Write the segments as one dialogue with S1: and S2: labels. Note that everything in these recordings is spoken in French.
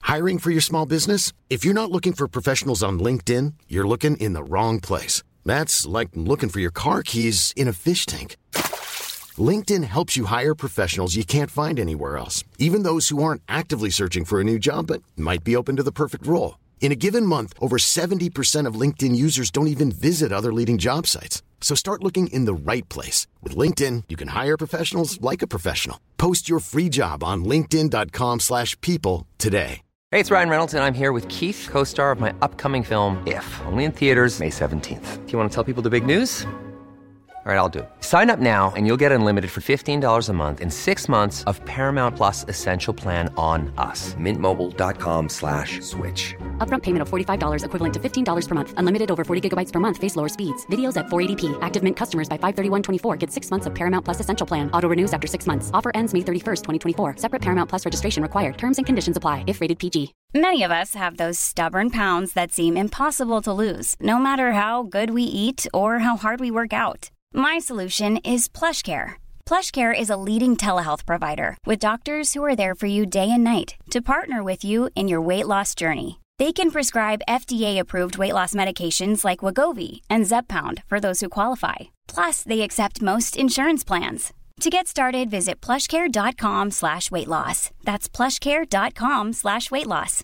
S1: Hiring for your small business? If you're not looking for professionals on LinkedIn, you're looking in the wrong place. That's like looking for your car keys in a fish tank. LinkedIn helps you hire professionals you can't find anywhere else, even those who aren't actively searching for a new job but might be open to the perfect role. In a given month, over 70% of LinkedIn users don't even visit other leading job sites. So start looking in the right place. With LinkedIn, you can hire professionals like a professional. Post your free job on linkedin.com/people today.
S2: Hey, it's Ryan Reynolds, and I'm here with Keith, co-star of my upcoming film, If, only in theaters May 17th. Do you want to tell people the big news? All right, I'll do it. Sign up now and you'll get unlimited for $15 a month and 6 months of Paramount Plus Essential Plan on us. MintMobile.com/switch.
S3: Upfront payment of $45 equivalent to $15 per month. Unlimited over 40 gigabytes per month. Face lower speeds. Videos at 480p. Active Mint customers by 531.24 get 6 months of Paramount Plus Essential Plan. Auto renews after 6 months. Offer ends May 31st, 2024. Separate Paramount Plus registration required. Terms and conditions apply if rated PG.
S4: Many of us have those stubborn pounds that seem impossible to lose, no matter how good we eat or how hard we work out. My solution is PlushCare. PlushCare is a leading telehealth provider with doctors who are there for you day and night to partner with you in your weight loss journey. They can prescribe FDA-approved weight loss medications like Wegovy and Zepbound for those who qualify. Plus, they accept most insurance plans. To get started, visit plushcare.com/weightloss. That's plushcare.com/weightloss.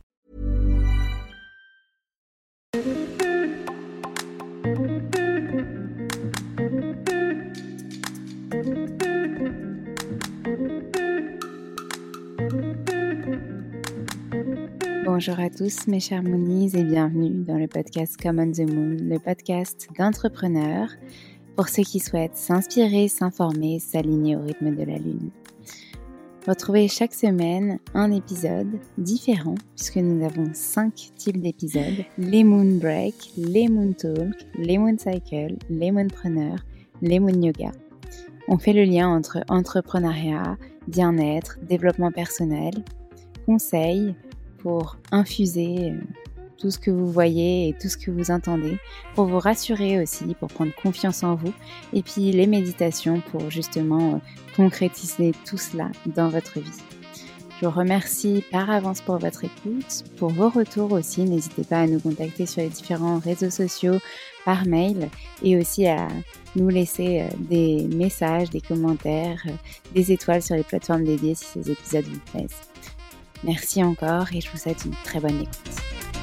S5: Bonjour à tous mes chers Moonies et bienvenue dans le podcast Come on the Moon, le podcast d'entrepreneurs pour ceux qui souhaitent s'inspirer, s'informer, s'aligner au rythme de la Lune. Retrouvez chaque semaine un épisode différent puisque nous avons 5 types d'épisodes, les Moon Break, les Moon Talk, les Moon Cycle, les Moonpreneurs, les Moon Yoga. On fait le lien entre entrepreneuriat, bien-être, développement personnel, conseils, pour infuser tout ce que vous voyez et tout ce que vous entendez, pour vous rassurer aussi, pour prendre confiance en vous, et puis les méditations pour justement concrétiser tout cela dans votre vie. Je vous remercie par avance pour votre écoute, pour vos retours aussi. N'hésitez pas à nous contacter sur les différents réseaux sociaux, par mail, et aussi à nous laisser des messages, des commentaires, des étoiles sur les plateformes dédiées si ces épisodes vous plaisent. Merci encore et je vous souhaite une très bonne écoute.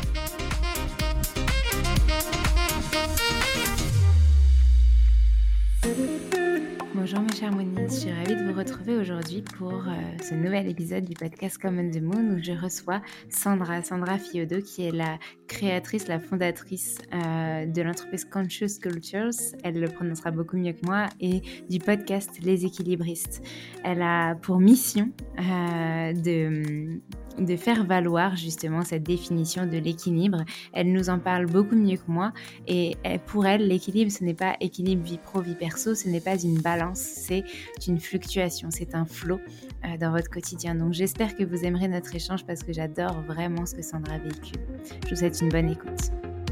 S5: Bonjour mes chers Moonies, je suis ravie de vous retrouver aujourd'hui pour ce nouvel épisode du podcast Come on the Moon où je reçois Sandra Fiodo qui est la créatrice, la fondatrice de l'entreprise Conscious Cultures, elle le prononcera beaucoup mieux que moi, et du podcast Les Équilibristes. Elle a pour mission de faire valoir justement cette définition de l'équilibre. Elle nous en parle beaucoup mieux que moi et pour elle, l'équilibre, ce n'est pas équilibre vie pro, vie perso, ce n'est pas une balance, c'est une fluctuation, c'est un flow dans votre quotidien. Donc j'espère que vous aimerez notre échange parce que j'adore vraiment ce que Sandra véhicule. Je vous souhaite une bonne écoute.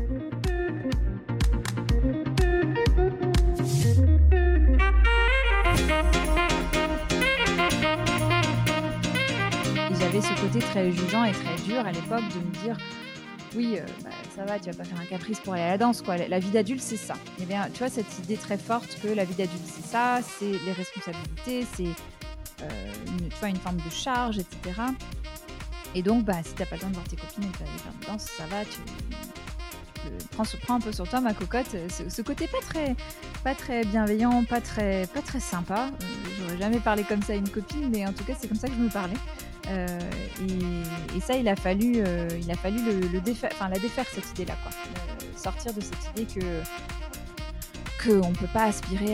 S6: J'avais ce côté très jugeant et très dur à l'époque de me dire oui, ça va, tu vas pas faire un caprice pour aller à la danse, quoi. La vie d'adulte, c'est ça. Et bien, tu vois, cette idée très forte que la vie d'adulte, c'est ça, c'est les responsabilités, c'est une forme de charge, etc. Et donc, si t'as pas le temps de voir tes copines et de aller faire de danse, ça va, prends un peu sur toi, ma cocotte. Ce côté pas très bienveillant, pas très sympa. J'aurais jamais parlé comme ça à une copine, mais en tout cas, c'est comme ça que je me parlais. Et ça, il a fallu la défaire cette idée-là, quoi. Sortir de cette idée que on peut pas aspirer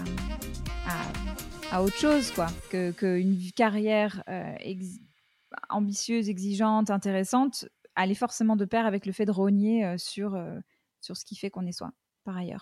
S6: à autre chose, quoi. Que une carrière ambitieuse, exigeante, intéressante allait forcément de pair avec le fait de rogner sur ce qui fait qu'on est soi, par ailleurs.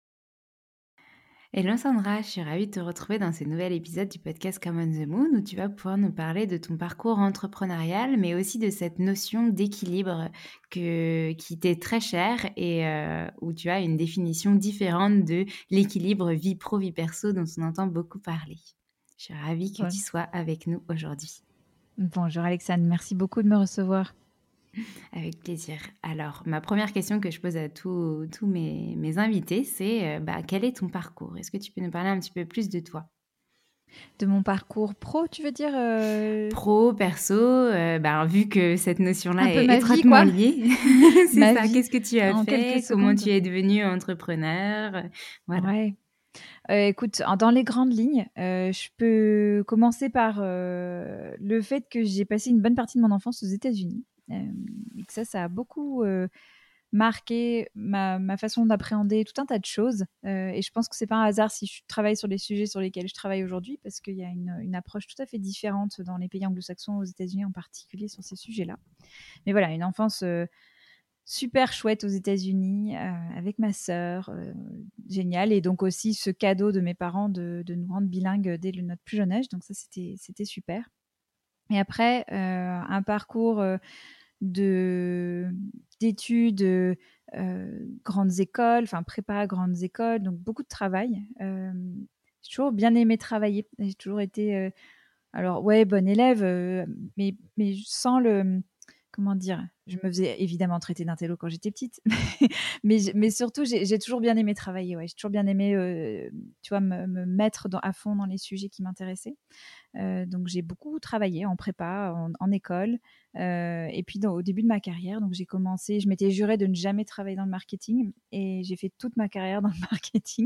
S5: Hello Sandra, je suis ravie de te retrouver dans ce nouvel épisode du podcast Come on the Moon où tu vas pouvoir nous parler de ton parcours entrepreneurial mais aussi de cette notion d'équilibre qui t'est très chère et où tu as une définition différente de l'équilibre vie pro, vie perso dont on entend beaucoup parler. Je suis ravie que tu sois avec nous aujourd'hui.
S6: Bonjour Alexandre, merci beaucoup de me recevoir.
S5: Avec plaisir. Alors, ma première question que je pose à tous mes invités, c'est quel est ton parcours? Est-ce que tu peux nous parler un petit peu plus de toi?
S6: De mon parcours pro, tu veux dire
S5: Pro, perso, vu que cette
S6: un
S5: notion-là
S6: peu
S5: est
S6: ma vie,
S5: étroitement
S6: quoi.
S5: liée, c'est
S6: Ma
S5: ça.
S6: vie,
S5: Qu'est-ce que tu as
S6: en quelques
S5: fait? Comment
S6: secondes.
S5: tu es devenue entrepreneur? Voilà.
S6: Ouais. Écoute, dans les grandes lignes, je peux commencer par le fait que j'ai passé une bonne partie de mon enfance aux États-Unis, et que ça a beaucoup marqué ma façon d'appréhender tout un tas de choses. Et je pense que c'est pas un hasard si je travaille sur les sujets sur lesquels je travaille aujourd'hui, parce qu'il y a une approche tout à fait différente dans les pays anglo-saxons, aux États-Unis en particulier, sur ces sujets-là. Mais voilà, une enfance super chouette aux États-Unis, avec ma sœur, génial. Et donc aussi ce cadeau de mes parents de nous rendre bilingues dès notre plus jeune âge. Donc ça, c'était super. Et après, un parcours de d'études, grandes écoles, enfin prépa à grandes écoles, donc beaucoup de travail. J'ai toujours bien aimé travailler. J'ai toujours été, alors ouais, bonne élève, mais sans le, comment dire? Je me faisais évidemment traiter d'intello quand j'étais petite, mais surtout j'ai toujours bien aimé travailler, ouais. J'ai toujours bien aimé, tu vois, me mettre à fond dans les sujets qui m'intéressaient. Donc j'ai beaucoup travaillé en prépa, en école, et puis au début de ma carrière, donc je m'étais jurée de ne jamais travailler dans le marketing, et j'ai fait toute ma carrière dans le marketing.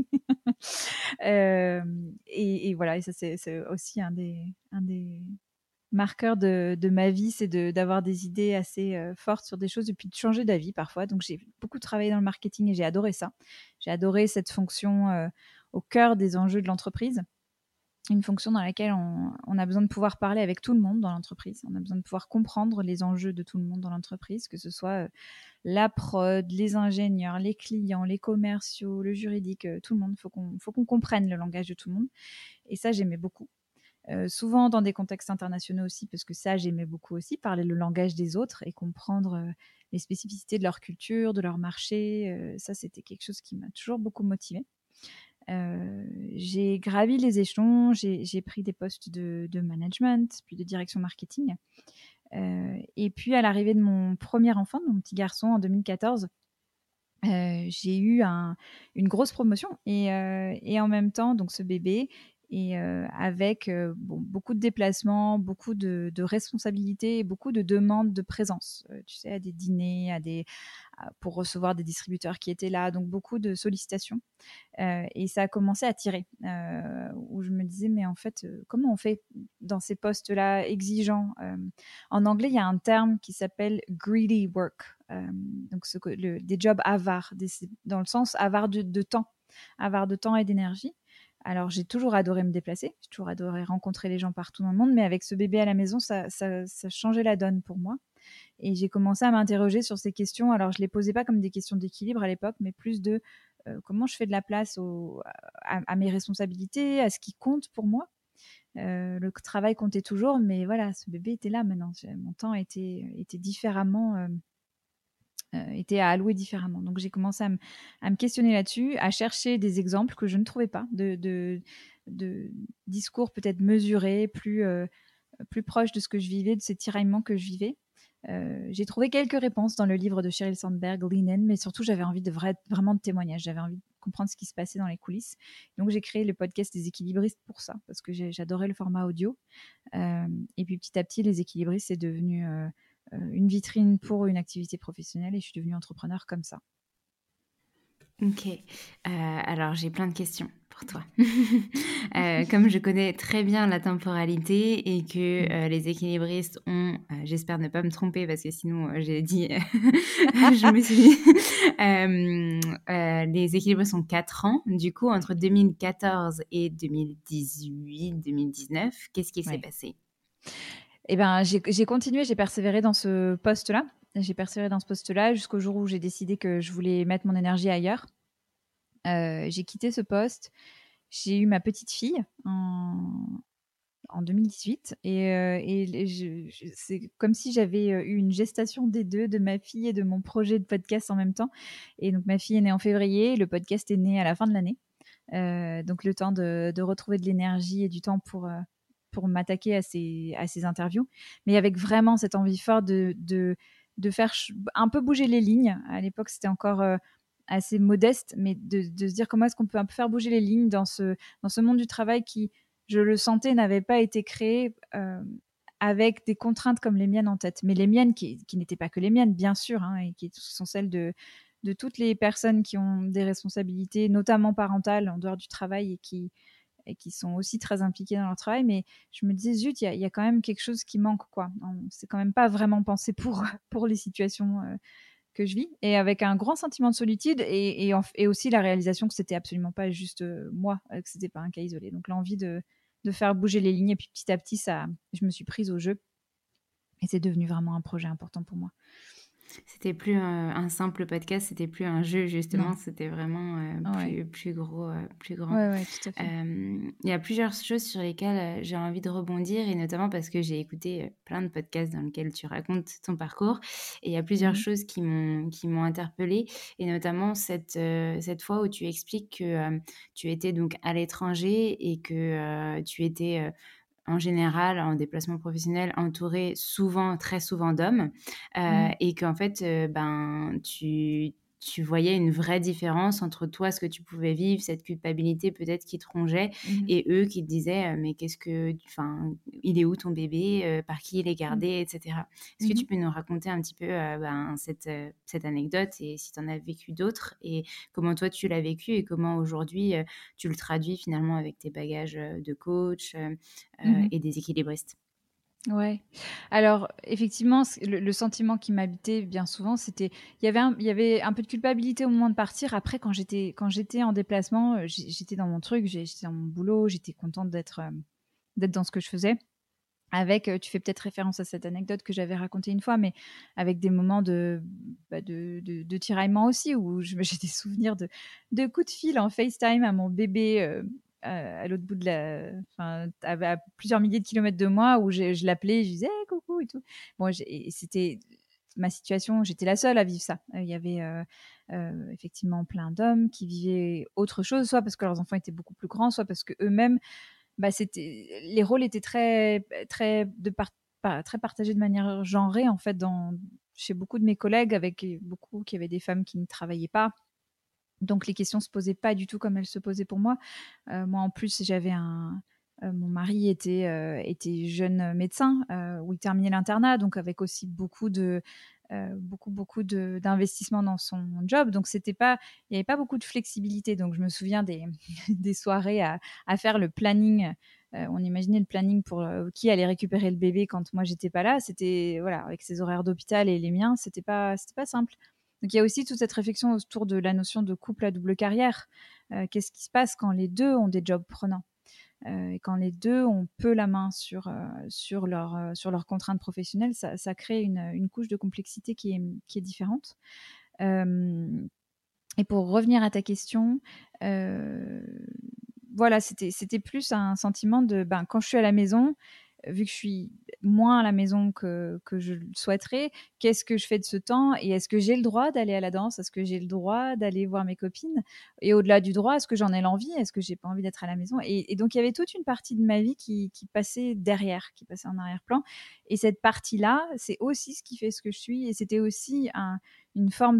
S6: Et voilà, et ça c'est aussi un des marqueurs de ma vie, c'est d'avoir des idées assez fortes sur des choses et puis de changer d'avis parfois. Donc j'ai beaucoup travaillé dans le marketing et j'ai adoré ça. J'ai adoré cette fonction au cœur des enjeux de l'entreprise. Une fonction dans laquelle on a besoin de pouvoir parler avec tout le monde dans l'entreprise. On a besoin de pouvoir comprendre les enjeux de tout le monde dans l'entreprise, que ce soit la prod, les ingénieurs, les clients, les commerciaux, le juridique, tout le monde. Il faut qu'on comprenne le langage de tout le monde. Et ça, j'aimais beaucoup. Souvent dans des contextes internationaux aussi, parce que ça, j'aimais beaucoup aussi, parler le langage des autres et comprendre les spécificités de leur culture, de leur marché. Ça, c'était quelque chose qui m'a toujours beaucoup motivée. J'ai gravi les échelons, j'ai pris des postes de management, puis de direction marketing. Et puis à l'arrivée de mon premier enfant, de mon petit garçon en 2014, j'ai eu une grosse promotion et en même temps, donc ce bébé, et avec beaucoup de déplacements, beaucoup de responsabilités et beaucoup de demandes de présence, tu sais, à des dîners, pour recevoir des distributeurs qui étaient là, donc beaucoup de sollicitations. Et ça a commencé à tirer, où je me disais, mais en fait, comment on fait dans ces postes-là exigeants? En anglais, il y a un terme qui s'appelle greedy work, donc des jobs avares, dans le sens avare de temps, avare de temps et d'énergie. Alors, j'ai toujours adoré me déplacer, j'ai toujours adoré rencontrer les gens partout dans le monde, mais avec ce bébé à la maison, ça changeait la donne pour moi. Et j'ai commencé à m'interroger sur ces questions. Alors, je ne les posais pas comme des questions d'équilibre à l'époque, mais plus de comment je fais de la place à mes responsabilités, à ce qui compte pour moi. Le travail comptait toujours, mais voilà, ce bébé était là maintenant. Mon temps était différemment, était à allouer différemment. Donc, j'ai commencé à me questionner là-dessus, à chercher des exemples que je ne trouvais pas, de discours peut-être mesurés, plus proches de ce que je vivais, de ces tiraillements que je vivais. J'ai trouvé quelques réponses dans le livre de Sheryl Sandberg, Lean In, mais surtout j'avais envie vraiment de témoignages, j'avais envie de comprendre ce qui se passait dans les coulisses. Donc j'ai créé le podcast des équilibristes pour ça, parce que j'adorais le format audio. Et puis petit à petit, les équilibristes, c'est devenu une vitrine pour une activité professionnelle et je suis devenue entrepreneur comme ça.
S5: Ok, alors j'ai plein de questions pour toi. Comme je connais très bien la temporalité et que les équilibristes ont, j'espère ne pas me tromper parce que sinon j'ai dit, je me suis dit, les équilibristes ont 4 ans, du coup entre 2014 et 2018-2019, qu'est-ce qui s'est passé?
S6: Eh ben, j'ai continué, j'ai persévéré dans ce poste-là. J'ai persévéré dans ce poste-là jusqu'au jour où j'ai décidé que je voulais mettre mon énergie ailleurs. J'ai quitté ce poste. J'ai eu ma petite fille en 2018 et c'est comme si j'avais eu une gestation des deux, de ma fille et de mon projet de podcast en même temps. Et donc ma fille est née en février, le podcast est né à la fin de l'année. Donc le temps de retrouver de l'énergie et du temps pour m'attaquer à ces interviews, mais avec vraiment cette envie forte faire un peu bouger les lignes. À l'époque, c'était encore assez modeste, mais de se dire comment est-ce qu'on peut un peu faire bouger les lignes dans ce monde du travail qui, je le sentais, n'avait pas été créé avec des contraintes comme les miennes en tête. Mais les miennes qui n'étaient pas que les miennes, bien sûr, hein, et qui sont celles de toutes les personnes qui ont des responsabilités, notamment parentales, en dehors du travail et qui sont aussi très impliquées dans leur travail. Mais je me disais, zut, il y a quand même quelque chose qui manque, quoi. C'est quand même pas vraiment pensé pour les situations que je vis, et avec un grand sentiment de solitude et aussi la réalisation que c'était absolument pas juste moi, que c'était pas un cas isolé. Donc l'envie de faire bouger les lignes, et puis petit à petit, je me suis prise au jeu et c'est devenu vraiment un projet important pour moi.
S5: C'était plus un simple podcast, c'était plus un jeu justement,
S6: Non.
S5: c'était vraiment
S6: Ouais.
S5: plus gros, plus grand.
S6: Ouais, tout à fait.
S5: Il y a plusieurs choses sur lesquelles j'ai envie de rebondir, et notamment parce que j'ai écouté plein de podcasts dans lesquels tu racontes ton parcours, et il y a plusieurs
S6: Mhm.
S5: choses qui m'ont interpellée, et notamment cette fois où tu expliques que tu étais donc à l'étranger et que tu étais en général, en déplacement professionnel, entourée souvent, très souvent d'hommes,
S6: Mhm.
S5: et qu'en fait, ben, tu voyais une vraie différence entre toi, ce que tu pouvais vivre, cette culpabilité peut-être qui te rongeait,
S6: Mhm.
S5: et eux qui te disaient: «Mais qu'est-ce que enfin, il est où ton bébé? Par qui il est
S6: Mhm.
S5: gardé?» et cetera. Est-ce que tu
S6: Mhm.
S5: peux nous raconter un petit peu, ben, cette anecdote, et si tu en as vécu d'autres, et comment toi tu l'as vécu, et comment aujourd'hui, tu le traduis finalement avec tes bagages, de coach,
S6: Mhm.
S5: et des équilibristes?
S6: Ouais. Alors effectivement, le sentiment qui m'habitait bien souvent, c'était il y avait un peu de culpabilité au moment de partir. Après, quand j'étais en déplacement, j'étais dans mon truc, j'étais dans mon boulot, j'étais contente d'être dans ce que je faisais. Avec, tu fais peut-être référence à cette anecdote que j'avais racontée une fois, mais avec des moments de tiraillement aussi, où j'ai des souvenirs de coups de fil en FaceTime à mon bébé, à l'autre bout enfin, à plusieurs milliers de kilomètres de moi, où je l'appelais, je disais: «Hey, coucou» et tout. Bon, et c'était ma situation, j'étais la seule à vivre ça. Il y avait, effectivement plein d'hommes qui vivaient autre chose, soit parce que leurs enfants étaient beaucoup plus grands, soit parce qu'eux-mêmes, les rôles étaient très partagés de manière genrée, en fait, chez beaucoup de mes collègues, avec beaucoup qui avaient des femmes qui ne travaillaient pas. Donc les questions se posaient pas du tout comme elles se posaient pour moi. Moi, en plus, mon mari était jeune médecin, où il terminait l'internat, donc avec aussi beaucoup d'investissement dans son job. Donc il y avait pas beaucoup de flexibilité. Donc je me souviens des soirées à faire le planning. On imaginait le planning pour qui allait récupérer le bébé quand moi j'étais pas là. C'était, voilà, avec ses horaires d'hôpital et les miens, c'était pas simple. Donc il y a aussi toute cette réflexion autour de la notion de couple à double carrière. Qu'est-ce qui se passe quand les deux ont des jobs prenants, et quand les deux ont peu la main sur leurs contraintes professionnelles? Ça crée une couche de complexité qui est différente. Euh, et pour revenir à ta question, euh, voilà, c'était plus un sentiment de, ben, quand je suis à la maison, vu que je suis moins à la maison que je le souhaiterais, qu'est-ce que je fais de ce temps? Et est-ce que j'ai le droit d'aller à la danse? Est-ce que j'ai le droit d'aller voir mes copines? Et au-delà du droit, est-ce que j'en ai l'envie? Est-ce que j'ai pas envie d'être à la maison? Et donc, il y avait toute une partie de ma vie qui passait derrière, qui passait en arrière-plan. Et cette partie-là, c'est aussi ce qui fait ce que je suis. Et c'était aussi une forme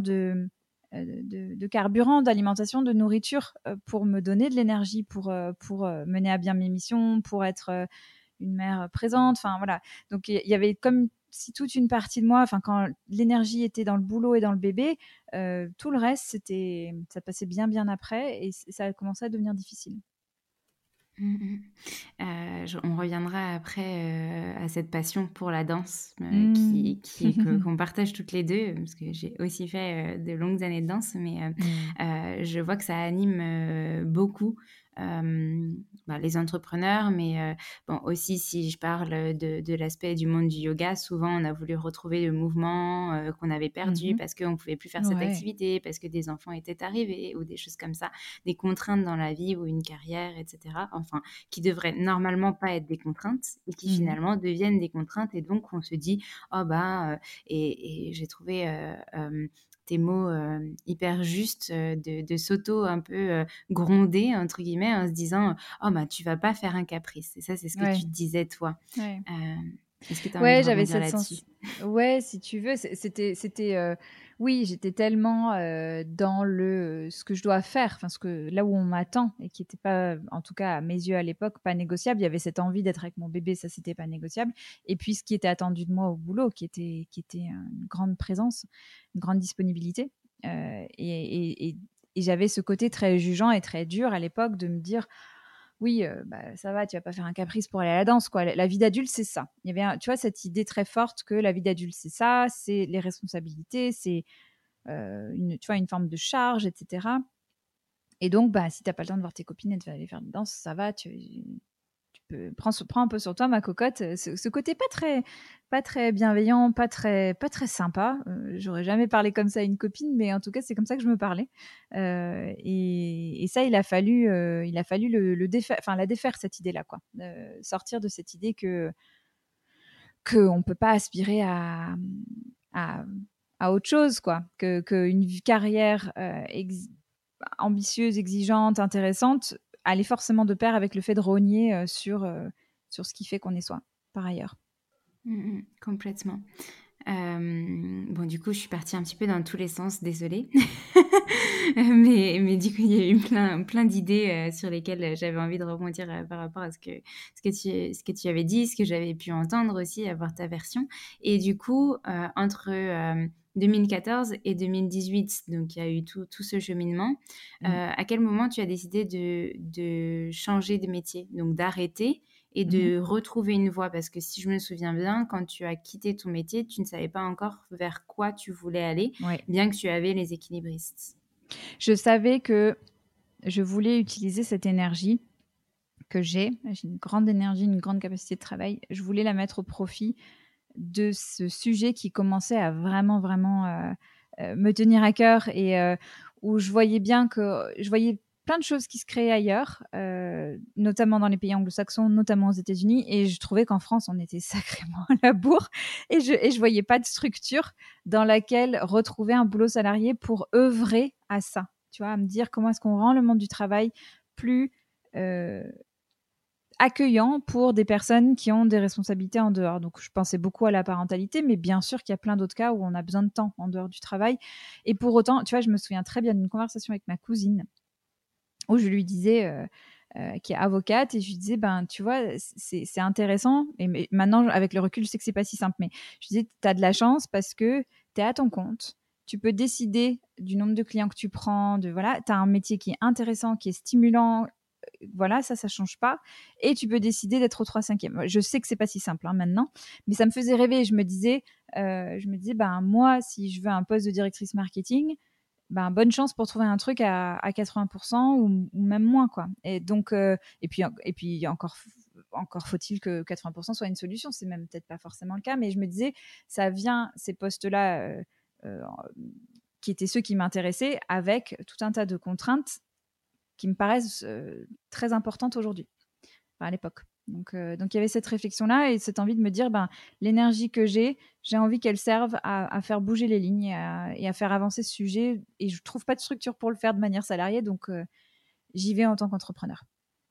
S6: de carburant, d'alimentation, de nourriture, pour me donner de l'énergie, pour mener à bien mes missions, pour être une mère présente. Enfin, voilà. Donc, il y avait comme si toute une partie de moi, enfin, quand l'énergie était dans le boulot et dans le bébé, tout le reste, ça passait bien, bien après, et ça a commencé à devenir difficile.
S5: Mmh. On reviendra après, à cette passion pour la danse,
S6: Mmh.
S5: qu'on partage toutes les 2, parce que j'ai aussi fait, de longues années de danse, mais
S6: Mmh.
S5: je vois que ça anime, beaucoup, bah, les entrepreneurs, mais bon, aussi si je parle de l'aspect du monde du yoga, souvent on a voulu retrouver le mouvement, qu'on avait perdu
S6: Mmh.
S5: parce qu'on ne pouvait plus faire cette
S6: Ouais.
S5: activité, parce que des enfants étaient arrivés ou des choses comme ça, des contraintes dans la vie ou une carrière, et cetera. Enfin, qui devraient normalement pas être des contraintes, et qui
S6: Mmh.
S5: finalement deviennent des contraintes, et donc on se dit: «Oh bah», et j'ai trouvé, tes mots, hyper justes, de s'auto un peu, «gronder» entre guillemets, en se disant: «Oh bah, tu vas pas faire un caprice», et ça, c'est ce que tu
S6: Ouais.
S5: te disais toi.
S6: Ouais.
S5: Hem Est-ce que tu as envie de
S6: Ouais, j'avais
S5: rebondir
S6: cette
S5: là-dessus?
S6: sens ouais, si tu veux, oui, j'étais tellement, dans ce que je dois faire, enfin, là où on m'attend et qui était pas, en tout cas à mes yeux à l'époque, pas négociable. Il y avait cette envie d'être avec mon bébé, ça, c'était pas négociable et puis ce qui était attendu de moi au boulot, qui était une grande présence, une grande disponibilité, et j'avais ce côté très jugeant et très dur à l'époque de me dire: oui, bah, ça va, tu vas pas faire un caprice pour aller à la danse, quoi. La vie d'adulte, c'est ça. Il y avait tu vois, cette idée très forte que la vie d'adulte, c'est ça, c'est les responsabilités, c'est, tu vois, une forme de charge et cetera et donc, bah, si tu as pas le temps de voir tes copines et de aller faire de la danse, ça va, prends un peu sur toi, ma cocotte. Ce côté pas très bienveillant, pas très sympa. J'aurais jamais parlé comme ça à une copine, mais en tout cas, c'est comme ça que je me parlais. Et ça, il a fallu le défaire, enfin la défaire cette idée-là, quoi. Sortir de cette idée qu'on peut pas aspirer à, à autre chose, quoi. Qu'une carrière ambitieuse, exigeante, intéressante, aller forcément de pair avec le fait de rogner sur ce qui fait qu'on est soi, par ailleurs.
S5: Complètement. Bon, du coup, je suis partie un petit peu dans tous les sens, désolée. Mais du coup, il y a eu plein d'idées sur lesquelles j'avais envie de rebondir par rapport à ce que tu avais dit, ce que j'avais pu entendre aussi, avoir ta version. Et du coup, entre 2014 et 2018, donc il y a eu tout ce cheminement. À quel moment tu as décidé de changer de métier, donc d'arrêter et de retrouver une voie? Parce que si je me souviens bien, quand tu as quitté ton métier, tu ne savais pas encore vers quoi tu voulais aller,
S6: Ouais.
S5: bien que tu avais les équilibristes.
S6: Je savais que je voulais utiliser cette énergie que j'ai une grande énergie, une grande capacité de travail. Je voulais la mettre au profit de ce sujet qui commençait à vraiment, vraiment me tenir à cœur et où je voyais bien que je voyais plein de choses qui se créaient ailleurs, notamment dans les pays anglo-saxons, notamment aux États-Unis, et je trouvais qu'en France, on était sacrément à la bourre, et je voyais pas de structure dans laquelle retrouver un boulot salarié pour œuvrer à ça. Tu vois, à me dire comment est-ce qu'on rend le monde du travail plus euh, accueillant pour des personnes qui ont des responsabilités en dehors. Donc, je pensais beaucoup à la parentalité, mais bien sûr qu'il y a plein d'autres cas où on a besoin de temps en dehors du travail. Et pour autant, tu vois, je me souviens très bien d'une conversation avec ma cousine où je lui disais, qui est avocate, et je lui disais, ben, tu vois, c'est intéressant. Mais maintenant, avec le recul, je sais que c'est pas si simple, mais je disais, tu as de la chance parce que tu es à ton compte. Tu peux décider du nombre de clients que tu prends, voilà, tu as un métier qui est intéressant, qui est stimulant, voilà, ça change pas. Et tu peux décider d'être au 3/5e. Je sais que c'est pas si simple maintenant, mais ça me faisait rêver. Je me disais, ben, moi, si je veux un poste de directrice marketing, ben, bonne chance pour trouver un truc à 80% ou même moins, quoi. Et donc, et puis encore faut-il que 80% soit une solution. C'est même peut-être pas forcément le cas, mais je me disais, ça vient, ces postes-là, euh, qui étaient ceux qui m'intéressaient, avec tout un tas de contraintes qui me paraissent très importantes aujourd'hui, enfin, à l'époque. Donc il y avait cette réflexion-là et cette envie de me dire, ben, l'énergie que j'ai envie qu'elle serve à faire bouger les lignes et à faire avancer ce sujet. Et je ne trouve pas de structure pour le faire de manière salariée, donc j'y vais en tant qu'entrepreneur.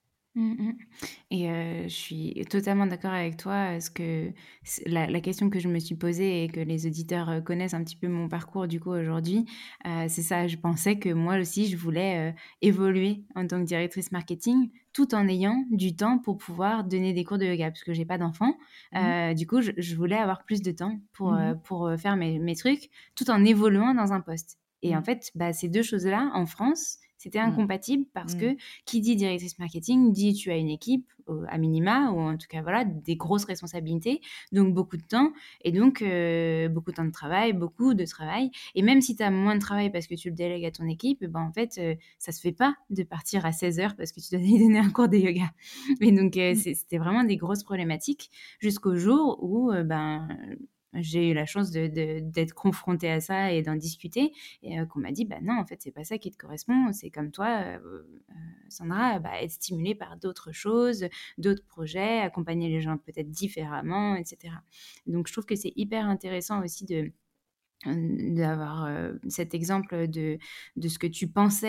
S5: Et je suis totalement d'accord avec toi. La question que je me suis posée et que les auditeurs connaissent un petit peu mon parcours du coup aujourd'hui, c'est ça. Je pensais que moi aussi, je voulais évoluer en tant que directrice marketing tout en ayant du temps pour pouvoir donner des cours de yoga parce que j'ai pas d'enfants. Du coup, je voulais avoir plus de temps pour faire mes trucs tout en évoluant dans un poste. Et en fait, bah, ces deux choses-là, en France, c'était incompatible parce que qui dit directrice marketing dit tu as une équipe à minima, ou en tout cas voilà, des grosses responsabilités, donc beaucoup de temps, et donc beaucoup de temps de travail, beaucoup de travail. Et même si tu as moins de travail parce que tu le délègues à ton équipe, ben, en fait, ça se fait pas de partir à 16 heures parce que tu dois aller donner un cours de yoga. Et donc, c'était vraiment des grosses problématiques jusqu'au jour où j'ai eu la chance d'être confrontée à ça et d'en discuter, et qu'on m'a dit, bah non, en fait, c'est pas ça qui te correspond, c'est comme toi, Sandra, bah, être stimulée par d'autres choses, d'autres projets, accompagner les gens peut-être différemment, etc. Donc, je trouve que c'est hyper intéressant aussi d'avoir cet exemple de ce que tu pensais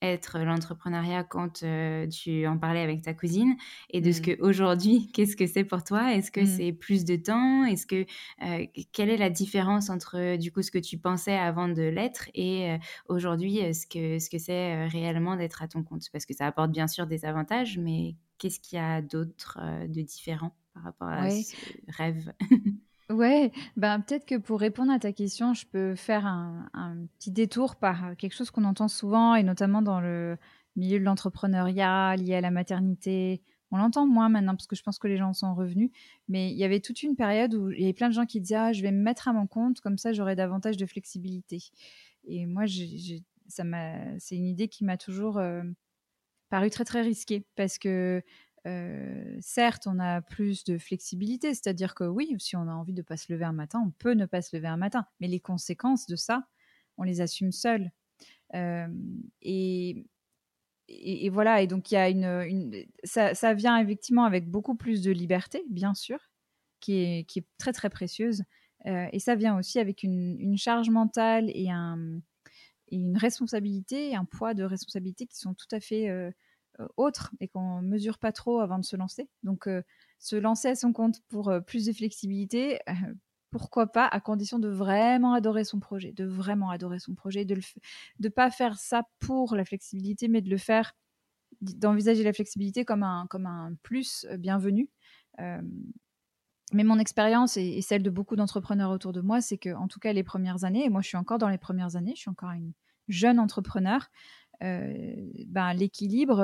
S5: être l'entrepreneuriat quand tu en parlais avec ta cousine et de ce
S6: Mmh.
S5: qu'aujourd'hui, qu'est-ce que c'est pour toi? Est-ce que
S6: Mmh.
S5: c'est plus de temps? Est-ce que quelle est la différence entre du coup ce que tu pensais avant de l'être et aujourd'hui ce que c'est réellement d'être à ton compte? Parce que ça apporte bien sûr des avantages, mais qu'est-ce qu'il y a d'autre de différent par rapport à
S6: Ouais.
S5: ce rêve?
S6: Ouais, ben, peut-être que pour répondre à ta question, je peux faire un petit détour par, quelque chose qu'on entend souvent et notamment dans le milieu de l'entrepreneuriat lié à la maternité. On l'entend moins maintenant parce que je pense que les gens en sont revenus, mais il y avait toute une période où il y avait plein de gens qui disaient: «Ah, je vais me mettre à mon compte, comme ça j'aurai davantage de flexibilité» et moi j'ai c'est une idée qui m'a toujours, paru très, très risqué parce que, certes, on a plus de flexibilité, c'est-à-dire que oui, si on a envie de pas se lever un matin, on peut ne pas se lever un matin, mais les conséquences de ça, on les assume seuls. Hem et et voilà et donc il y a une ça vient effectivement avec beaucoup plus de liberté, bien sûr, qui est très, très précieuse, et ça vient aussi avec une charge mentale et une responsabilité et un poids de responsabilité qui sont tout à fait, autres et qu'on mesure pas trop avant de se lancer. Donc, se lancer à son compte pour, plus de flexibilité, pourquoi pas, à condition de vraiment adorer son projet, de vraiment adorer son projet, de pas faire ça pour la flexibilité, mais de le faire d'envisager la flexibilité comme un plus, bienvenu. Hem, mais mon expérience et celle de beaucoup d'entrepreneurs autour de moi, c'est que en tout cas les premières années et moi je suis encore dans les premières années, je suis encore une jeune entrepreneur, ben, l'équilibre,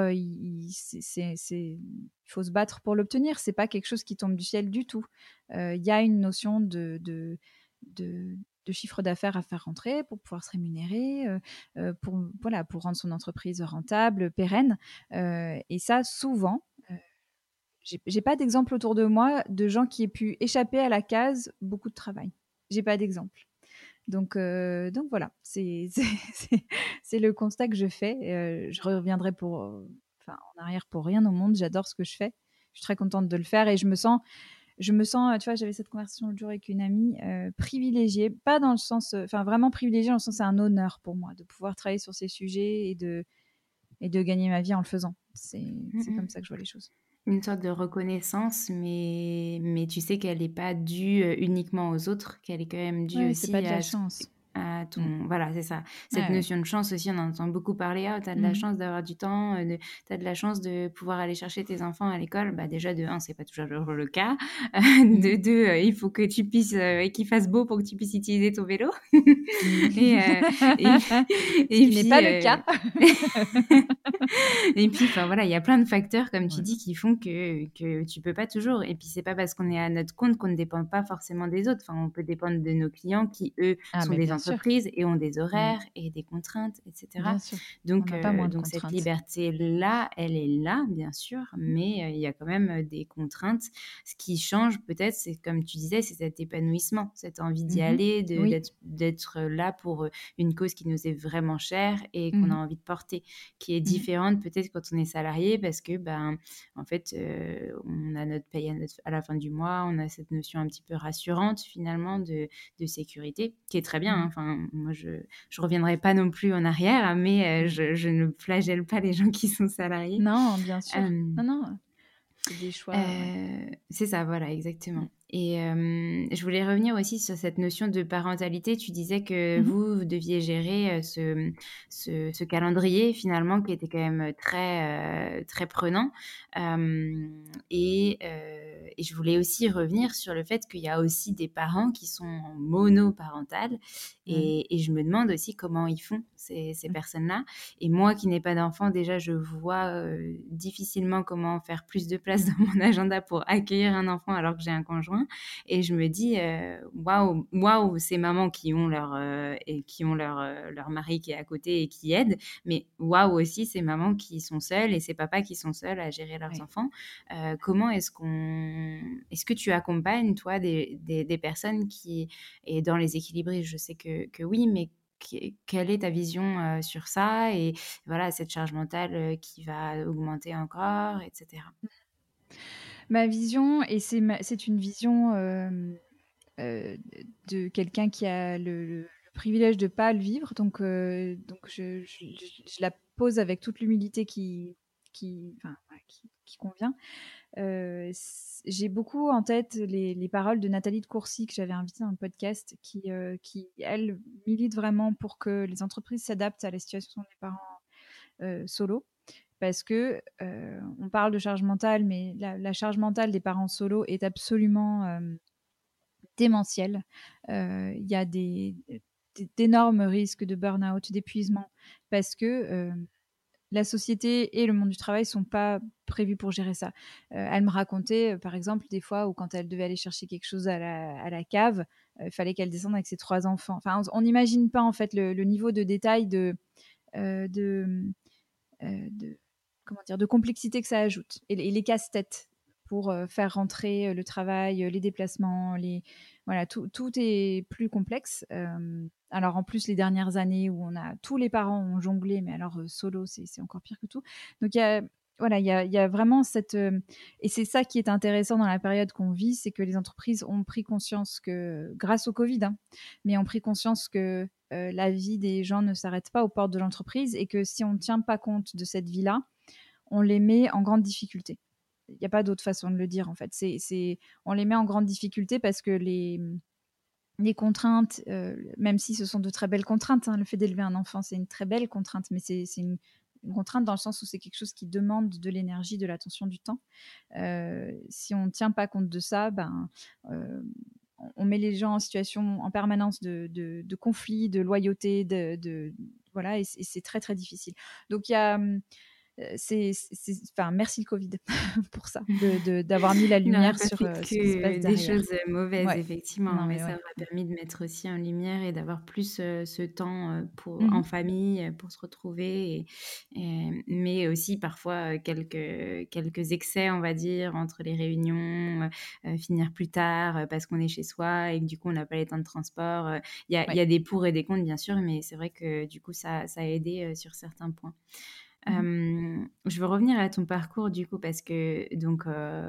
S6: il faut se battre pour l'obtenir. C'est pas quelque chose qui tombe du ciel du tout. Il y a une notion de de chiffre d'affaires à faire rentrer pour pouvoir se rémunérer, pour voilà, pour rendre son entreprise rentable, pérenne, et ça souvent, j'ai pas d'exemple autour de moi de gens qui aient pu échapper à la case beaucoup de travail. J'ai pas d'exemple. Donc voilà, c'est le constat que je fais. Je reviendrai enfin, en arrière pour rien au monde. J'adore ce que je fais. Je suis très contente de le faire et je me sens, tu vois, j'avais cette conversation l'autre jour avec une amie, privilégiée, pas dans le sens, enfin vraiment privilégiée dans le sens c'est un honneur pour moi de pouvoir travailler sur ces sujets et de gagner ma vie en le faisant. C'est
S5: Mmh.
S6: comme ça que je vois les choses.
S5: Une sorte de reconnaissance, mais tu sais qu'elle est pas due, uniquement aux autres, qu'elle est quand même due
S6: Ouais, c'est pas
S5: aussi
S6: de la chance.
S5: à
S6: Mmh.
S5: ton voilà, c'est ça.
S6: Ouais,
S5: Cette
S6: ouais.
S5: notion de chance aussi, on en entend beaucoup parler: «Ah, tu as de la
S6: Mmh.
S5: chance d'avoir du temps, tu as de la chance de pouvoir aller chercher tes enfants à l'école». Bah, déjà de un, c'est pas toujours le cas.
S6: Mmh.
S5: De 2, il faut que tu puisses, et qu'il fasse beau pour que tu puisses utiliser ton vélo. Et
S6: Mmh.
S5: et
S6: Ce
S5: et
S6: qui n'est
S5: puis,
S6: pas le cas.
S5: et puis, enfin voilà, il y a plein de facteurs, comme tu
S6: Ouais.
S5: dis, qui font que tu peux pas toujours. Et puis, c'est pas parce qu'on est à notre compte qu'on ne dépend pas forcément des autres. Enfin, on peut dépendre de nos clients qui, eux,
S6: Ah
S5: sont
S6: mais
S5: des
S6: bien sûr.
S5: entreprises et ont des
S6: Mmh.
S5: horaires et des contraintes, etc.
S6: Bien sûr. On
S5: Donc,
S6: n'a pas moins de
S5: donc cette
S6: contraintes.
S5: liberté-là, elle est là, bien sûr, mais il y a quand même des contraintes. Ce qui change peut-être, c'est comme tu disais, c'est cet épanouissement, cette envie d'y
S6: Mmh.
S5: aller,
S6: Oui.
S5: d'être là pour une cause qui nous est vraiment chère et qu'on a
S6: Mmh.
S5: envie de porter, qui est
S6: Mmh.
S5: différente peut-être quand on est salarié parce que, ben, en fait, on a notre paye à la fin du mois, on a cette notion un petit peu rassurante finalement de sécurité, qui est très bien, hein.
S6: Mmh.
S5: Enfin, moi, je reviendrai pas non plus en arrière, hein, mais
S6: Mmh.
S5: je ne flagelle pas les gens qui sont salariés.
S6: Non, bien sûr.
S5: Hem
S6: Non, non, c'est des choix, ouais.
S5: C'est ça, voilà,
S6: Mmh.
S5: exactement. Et je voulais revenir aussi sur cette notion de parentalité. Tu disais que
S6: Mmh.
S5: vous deviez gérer, ce calendrier finalement qui était quand même, très, très prenant. Et je voulais aussi revenir sur le fait qu'il y a aussi des parents qui sont monoparentales
S6: Mmh.
S5: et je me demande aussi comment ils font ces
S6: Mmh.
S5: personnes-là. Et moi qui n'ai pas d'enfant, déjà, je vois, difficilement comment faire plus de place dans mon agenda pour accueillir un enfant alors que j'ai un conjoint. Et je me dis, waouh, waouh, ces mamans qui ont leur mari qui est à côté et qui aide, mais waouh aussi ces mamans qui sont seules et ces papas qui sont seuls à gérer leurs
S6: Ouais.
S5: enfants. Comment est-ce que tu accompagnes toi des personnes qui et dans les équilibristes, je sais que oui, mais quelle est ta vision, sur ça et voilà, cette charge mentale, qui va augmenter encore et cetera?
S6: Ma vision et c'est une vision, de quelqu'un qui a le privilège de pas le vivre, donc je la pose avec toute l'humilité enfin, ouais, qui convient. J'ai beaucoup en tête les paroles de Nathalie de Courcy que j'avais invitée dans le podcast, qui elle milite vraiment pour que les entreprises s'adaptent à la situation des parents solo, parce que on parle de charge mentale, mais la charge mentale des parents solo est absolument démentielle. Il y a d'énormes risques de burn-out, d'épuisement, parce que la société et le monde du travail sont pas prévus pour gérer ça. Elle me racontait, par exemple, des fois où quand elle devait aller chercher quelque chose à la cave, il fallait qu'elle descende avec ses 3 enfants. Enfin, on n'imagine pas en fait le niveau de détail euh, de, de comment dire, de complexité que ça ajoute, et les casse-têtes pour faire rentrer le travail, les déplacements, voilà, tout est plus complexe. Alors en plus les dernières années où tous les parents ont jonglé, mais alors solo c'est encore pire que tout. Donc il y a vraiment et c'est ça qui est intéressant dans la période qu'on vit, c'est que les entreprises ont pris conscience que, grâce au Covid, hein, mais ont pris conscience que la vie des gens ne s'arrête pas aux portes de l'entreprise, et que si on ne tient pas compte de cette vie-là, on les met en grande difficulté. Il n'y a pas d'autre façon de le dire, en fait. On les met en grande difficulté parce que les contraintes, même si ce sont de très belles contraintes, hein, le fait d'élever un enfant, c'est une très belle contrainte, mais c'est une contrainte dans le sens où c'est quelque chose qui demande de l'énergie, de l'attention, du temps. Si on ne tient pas compte de ça, euh, on met les gens en situation en permanence de conflit, de loyauté, voilà, et c'est très très difficile. Donc il y a enfin, merci le Covid pour ça, d'avoir mis la
S7: Il n'aurait
S6: lumière
S7: pas
S6: sur
S7: fait
S6: ce qui se passe
S7: que des
S6: derrière.
S7: choses mauvaises,
S6: Ouais,
S7: effectivement,
S6: non
S7: mais
S6: mais
S7: ça
S6: ouais.
S7: aura permis de mettre aussi en lumière et d'avoir plus ce temps en
S6: Mhm.
S7: famille pour se retrouver, mais aussi parfois quelques excès, on va dire, entre les réunions, finir plus tard parce qu'on est chez soi et que du coup on n'a pas les temps de transport. Il y
S6: Ouais.
S7: a des pour et des contre, bien sûr, mais c'est vrai que du coup ça a aidé sur certains points.
S6: Mhm.
S7: Je veux revenir à ton parcours du coup parce que donc